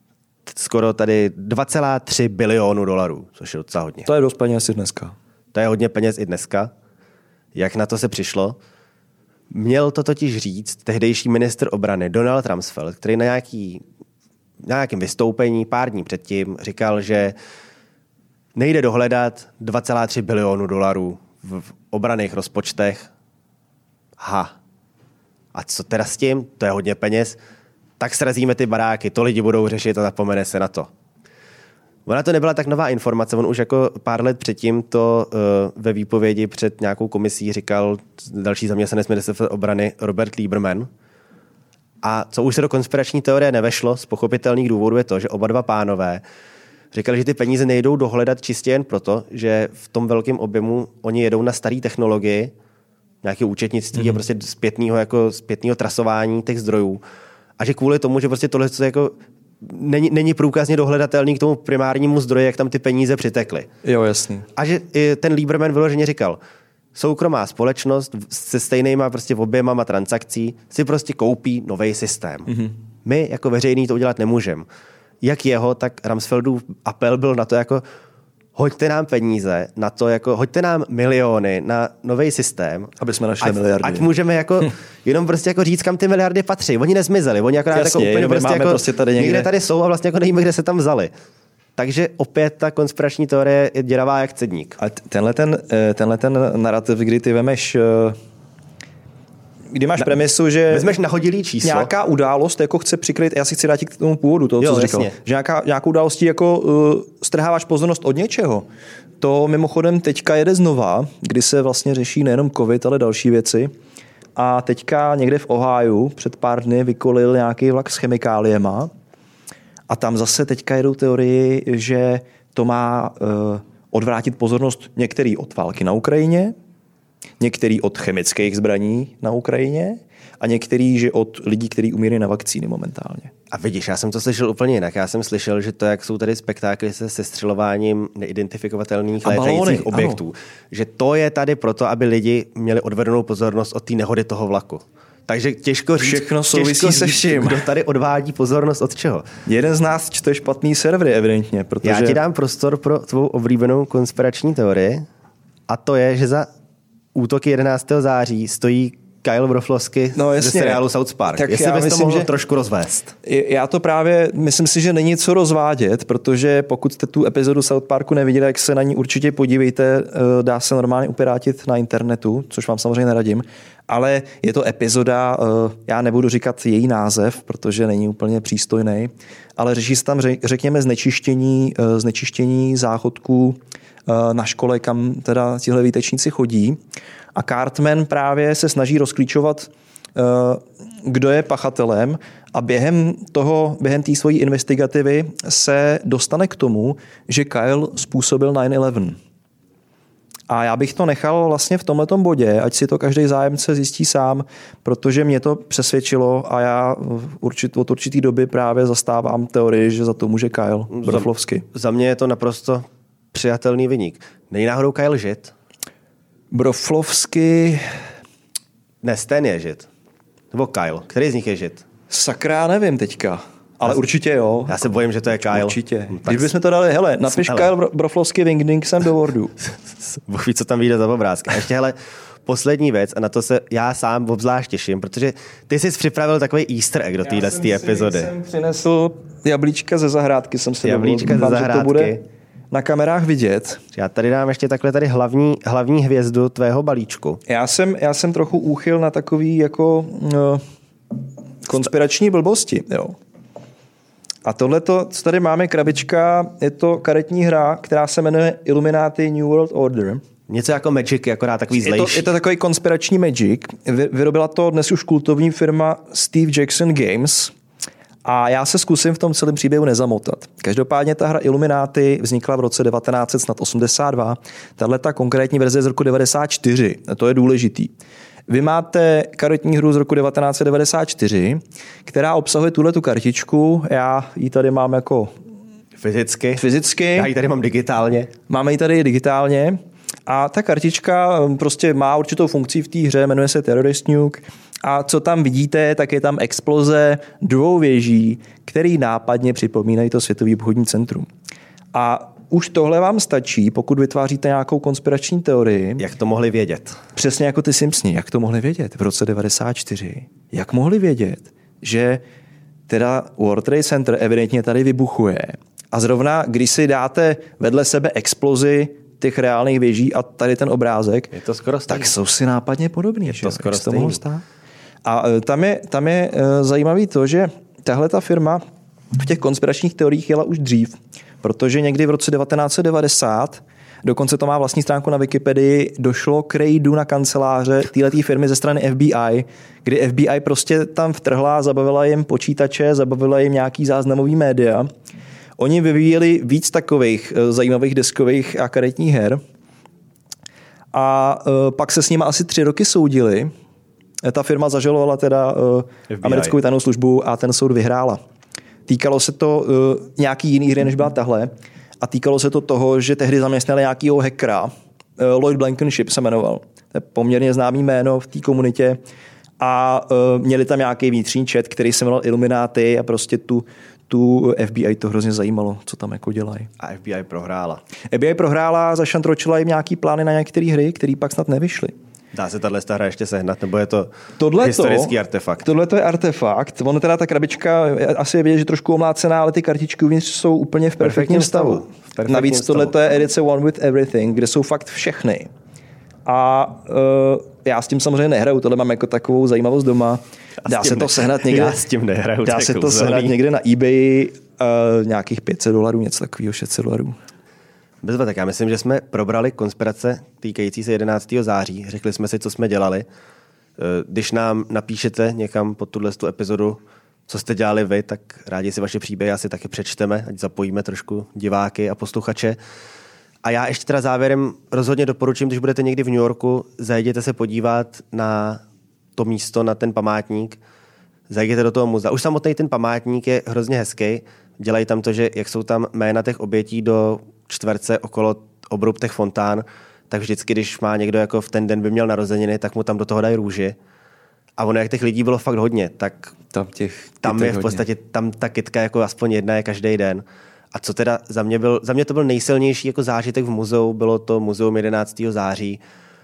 skoro tady dva celá tři bilionu dolarů, což je docela hodně. To je dost peněz i dneska. To je hodně peněz i dneska. Jak na to se přišlo? Měl to totiž říct tehdejší ministr obrany Donald Rumsfeld, který na nějaký, na nějakém vystoupení pár dní předtím říkal, že nejde dohledat dva celá tři bilionu dolarů v obranných rozpočtech. Ha. A co teda s tím? To je hodně peněz. Tak srazíme ty baráky, to lidi budou řešit a zapomene se na to. Ona to nebyla tak nová informace, on už jako pár let předtím to uh, ve výpovědi před nějakou komisí říkal další zaměstnanec ministerstva obrany Robert Lieberman. A co už se do konspirační teorie nevešlo, z pochopitelných důvodů je to, že oba dva pánové říkali, že ty peníze nejdou dohledat čistě jen proto, že v tom velkém objemu oni jedou na staré technologii, nějaké účetnictví mm-hmm. a prostě zpětného, jako zpětného trasování těch zdrojů. A že kvůli tomu, že prostě tohle jako není, není průkazně dohledatelný k tomu primárnímu zdroji, jak tam ty peníze přitekly. Jo, jasný. A že ten Lieberman vyloženě říkal, soukromá společnost se stejnýma prostě objemama transakcí si prostě koupí nový systém. Mm-hmm. My jako veřejný to udělat nemůžeme. Jak jeho, tak Rumsfeldův apel byl na to jako hoďte nám peníze na to, jako hoďte nám miliony na nový systém. Aby jsme našli ať, miliardy. Ať můžeme jako jenom prostě jako říct, kam ty miliardy patří. Oni nezmizeli, oni akorát Jasně, jako úplně prostě, jako, prostě tady někde. někde tady jsou a vlastně jako nevíme, kde se tam vzali. Takže opět ta konspirační teorie je děravá jak cedník. A tenhle ten, tenhle ten narrativ, kdy ty vemeš, kdy máš na, premisu, že vezmeš nahodilý číslo. Nějaká událost jako chce přikryt, já si chci dát k tomu původu toho, co jo, jsi říkal, že nějaká, nějakou událostí jako uh, strháváš pozornost od něčeho. To mimochodem teďka jede znova, kdy se vlastně řeší nejenom covid, ale další věci. A teďka někde v Ohiu před pár dny vykolil nějaký vlak s chemikáliema a tam zase teďka jedou teorii, že to má uh, odvrátit pozornost některý od války na Ukrajině, některý od chemických zbraní na Ukrajině a některý, že od lidí, kteří umírají na vakcíny momentálně. A vidíš, já jsem to slyšel úplně jinak. Já jsem slyšel, že to, jak jsou tady spektákly se sestřelováním neidentifikovatelných létajících objektů, ano. Že to je tady proto, aby lidi měli odvedenou pozornost od té nehody toho vlaku. Takže těžko říct, všechno souvisí se vším. Kdo tady odvádí pozornost od čeho. Jeden z nás čte špatný servery, evidentně. Protože... Já ti dám prostor pro tvou oblíbenou konspirační teorii a to je, že za útoky jedenáctého září stojí Kyle Broflovsky no, ze seriálu South Park. Tak jestli bys myslím, to mohl že trošku rozvést. Já to právě, myslím si, že není co rozvádět, protože pokud jste tu epizodu South Parku neviděli, jak se na ní určitě podívejte, dá se normálně upirátit na internetu, což vám samozřejmě neradím, ale je to epizoda, já nebudu říkat její název, protože není úplně přístojný, ale řeší se tam, řekněme, znečištění, znečištění záchodků na škole, kam teda tihle výtečníci chodí. A Cartman právě se snaží rozklíčovat, kdo je pachatelem a během toho, během té svojí investigativy se dostane k tomu, že Kyle způsobil nine eleven. A já bych to nechal vlastně v tomhletom bodě, ať si to každý zájemce zjistí sám, protože mě to přesvědčilo a já určit, od určitý doby právě zastávám teorii, že za to může Kyle Broflovsky. Za, za mě je to naprosto přijatelný viník. Není náhodou Kyle žid? Broflovsky... Ne, Stan je žid. Nebo Kyle. Který z nich je žid? Sakra, nevím teďka. Ale já určitě jo. Já se bojím, že to je Kyle. Určitě. Tak když bychom to dali, hele, napiš hele. Kyle Broflovsky Wingding sem do Wordu. Bůh ví, co tam vyjde za obrázky. A ještě, hele, poslední věc, a na to se já sám obzvlášť těším, protože ty jsi připravil takový easter egg do téhle epizody. Já jsem přinesl jablíčka ze zahrádky, jsem se jablíčka dovolil, ze zahrádky. To bude na kamerách vidět. Já tady dám ještě takhle tady hlavní, hlavní hvězdu tvého balíčku. Já jsem, já jsem trochu úchyl na takový jako no, konspirační blbosti. Jo. A tohleto, co tady máme, krabička, je to karetní hra, která se jmenuje Illuminati New World Order. Něco jako Magic, akorát takový zlejší. Je to, je to takový konspirační Magic. Vyrobila to dnes už kultovní firma Steve Jackson Games. A já se zkusím v tom celém příběhu nezamotat. Každopádně ta hra Illuminati vznikla v roce devatenáct set osmdesát dva. Tahle ta konkrétní verze je z roku devadesát čtyři. To je důležitý. Vy máte karetní hru z roku devatenáct set devadesát čtyři, která obsahuje tuhletu kartičku. Já ji tady mám jako fyzicky. fyzicky. Já ji tady mám digitálně. Máme ji tady digitálně. A ta kartička prostě má určitou funkci v té hře, jmenuje se Terrorist Nuke A co tam vidíte, tak je tam exploze dvou věží, které nápadně připomínají to Světový obchodní centrum. A už tohle vám stačí, pokud vytváříte nějakou konspirační teorii. Jak to mohli vědět? Přesně jako ty Simpsoni. Jak to mohli vědět v roce devadesát čtyři? Jak mohli vědět, že teda World Trade Center evidentně tady vybuchuje a zrovna když si dáte vedle sebe explozi těch reálných věží a tady ten obrázek, je to skoro stejný. Tak jsou si nápadně podobný. Je to skoro to mohlo stát? A tam je, tam je zajímavý to, že tahle ta firma v těch konspiračních teoriích jela už dřív, protože někdy v roce devatenáct set devadesát, dokonce to má vlastní stránku na Wikipedii, došlo k rejdu na kanceláře téhletý firmy ze strany F B I, kdy F B I prostě tam vtrhla, zabavila jim počítače, zabavila jim nějaký záznamový média. Oni vyvíjeli víc takových zajímavých deskových a karetních her a pak se s nimi asi tři roky soudili. Ta firma zažalovala teda americkou tajnou službu a ten soud vyhrála. Týkalo se to uh, nějaký jiný hry, než byla tahle. A týkalo se to toho, že tehdy zaměstnali nějakýho hackera. Uh, Lloyd Blankenship se jmenoval. To je poměrně známý jméno v té komunitě. A uh, měli tam nějaký vnitřní chat, který se jmenoval Illuminati a prostě tu, tu F B I to hrozně zajímalo, co tam jako dělají. A F B I prohrála. F B I prohrála, zašantročila jim nějaký plány na některé hry, které pak snad nevyšly. Dá se tahle hra ještě sehnat, nebo je to tohleto, historický artefakt? Tohle to je artefakt. Ono teda ta krabička, asi je vidět, že trošku omlácená, ale ty kartičky uvnitř jsou úplně v perfektním stavu. stavu. V perfektním Navíc tohle je edice One with Everything, kde jsou fakt všechny. A uh, já s tím samozřejmě nehraju, tohle mám jako takovou zajímavost doma. Dá se to ne, sehnat někde. Já s tím nehraju. Dá se to sehnat někde na eBay uh, nějakých pět set dolarů, něco takového, šest set dolarů. Bezva, tak já myslím, že jsme probrali konspirace týkající se jedenáctého září. Řekli jsme si, co jsme dělali. Když nám napíšete někam pod tuhle epizodu, co jste dělali vy, tak rádi si vaše příběhy asi taky přečteme, ať zapojíme trošku diváky a posluchače. A já ještě teda závěrem rozhodně doporučím, když budete někdy v New Yorku, zajděte se podívat na to místo, na ten památník. Zajděte do toho muzea. Už samotný ten památník je hrozně hezký. Dělají tam to, že jak jsou tam jména těch obětí do čtverce okolo obrub těch fontán, tak vždycky, když má někdo jako v ten den by měl narozeniny, tak mu tam do toho dají růži. A ono, jak těch lidí bylo fakt hodně, tak tam, těch, tam je v podstatě, tam ta kytka jako aspoň jedna je každý den. A co teda za mě byl, za mě to byl nejsilnější jako zážitek v muzeu, bylo to muzeum jedenáctého září.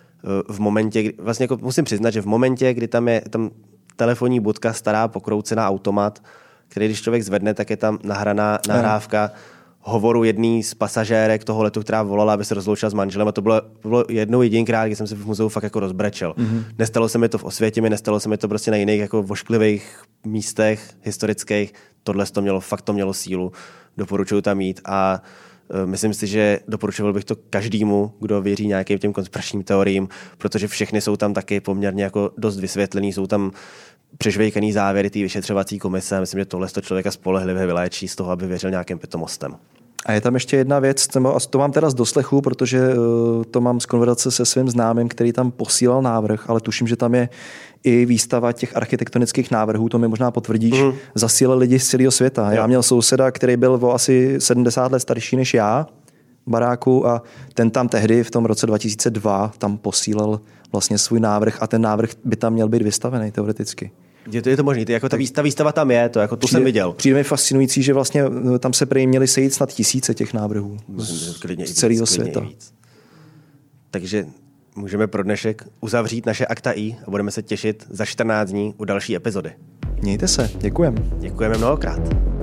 V momentě, kdy, vlastně jako musím přiznat, že v momentě, kdy tam je tam telefonní budka, stará pokroucená automat, který když člověk zvedne, tak je tam nahraná nahrávka hovoru jedný z pasažérek toho letu, která volala, aby se rozloučila s manželem. A to bylo, bylo jednou jedinkrát, kdy jsem se v muzeu fakt jako rozbrečel. Mm-hmm. Nestalo se mi to v Osvětimi, nestalo se mi to prostě na jiných jako vošklivých místech historických. Tohle to mělo, fakt to mělo sílu. Doporučuji tam jít a uh, myslím si, že doporučoval bych to každému, kdo věří nějakým těm konspiračním teoriím, protože všechny jsou tam taky poměrně jako dost vysvětlený, jsou tam přežvejkaný závěry té vyšetřovací komise. Myslím, že tohle to člověka spolehlivě vyléčí z toho, aby věřil nějakým pitomostem. A je tam ještě jedna věc, a to mám teda z doslechu, protože to mám z konverzace se svým známým, který tam posílal návrh, ale tuším, že tam je i výstava těch architektonických návrhů, to mi možná potvrdíš, mm. zasílali lidi z celého světa. Jo. Já měl souseda, který byl o asi sedmdesát let starší než já, v baráku, a ten tam tehdy v tom roce dva tisíce dva tam posílal vlastně svůj návrh a ten návrh by tam měl být vystavený teoreticky. Je to, je to možný, jako ta, výstava, ta výstava tam je, to jako tu přijde, jsem viděl. Přijde mi fascinující, že vlastně tam se prý měli sejít snad tisíce těch návrhů z, klidně z celého světa. Víc. Takže můžeme pro dnešek uzavřít naše Akta I a budeme se těšit za čtrnáct dní u další epizody. Mějte se, děkujeme. Děkujeme mnohokrát.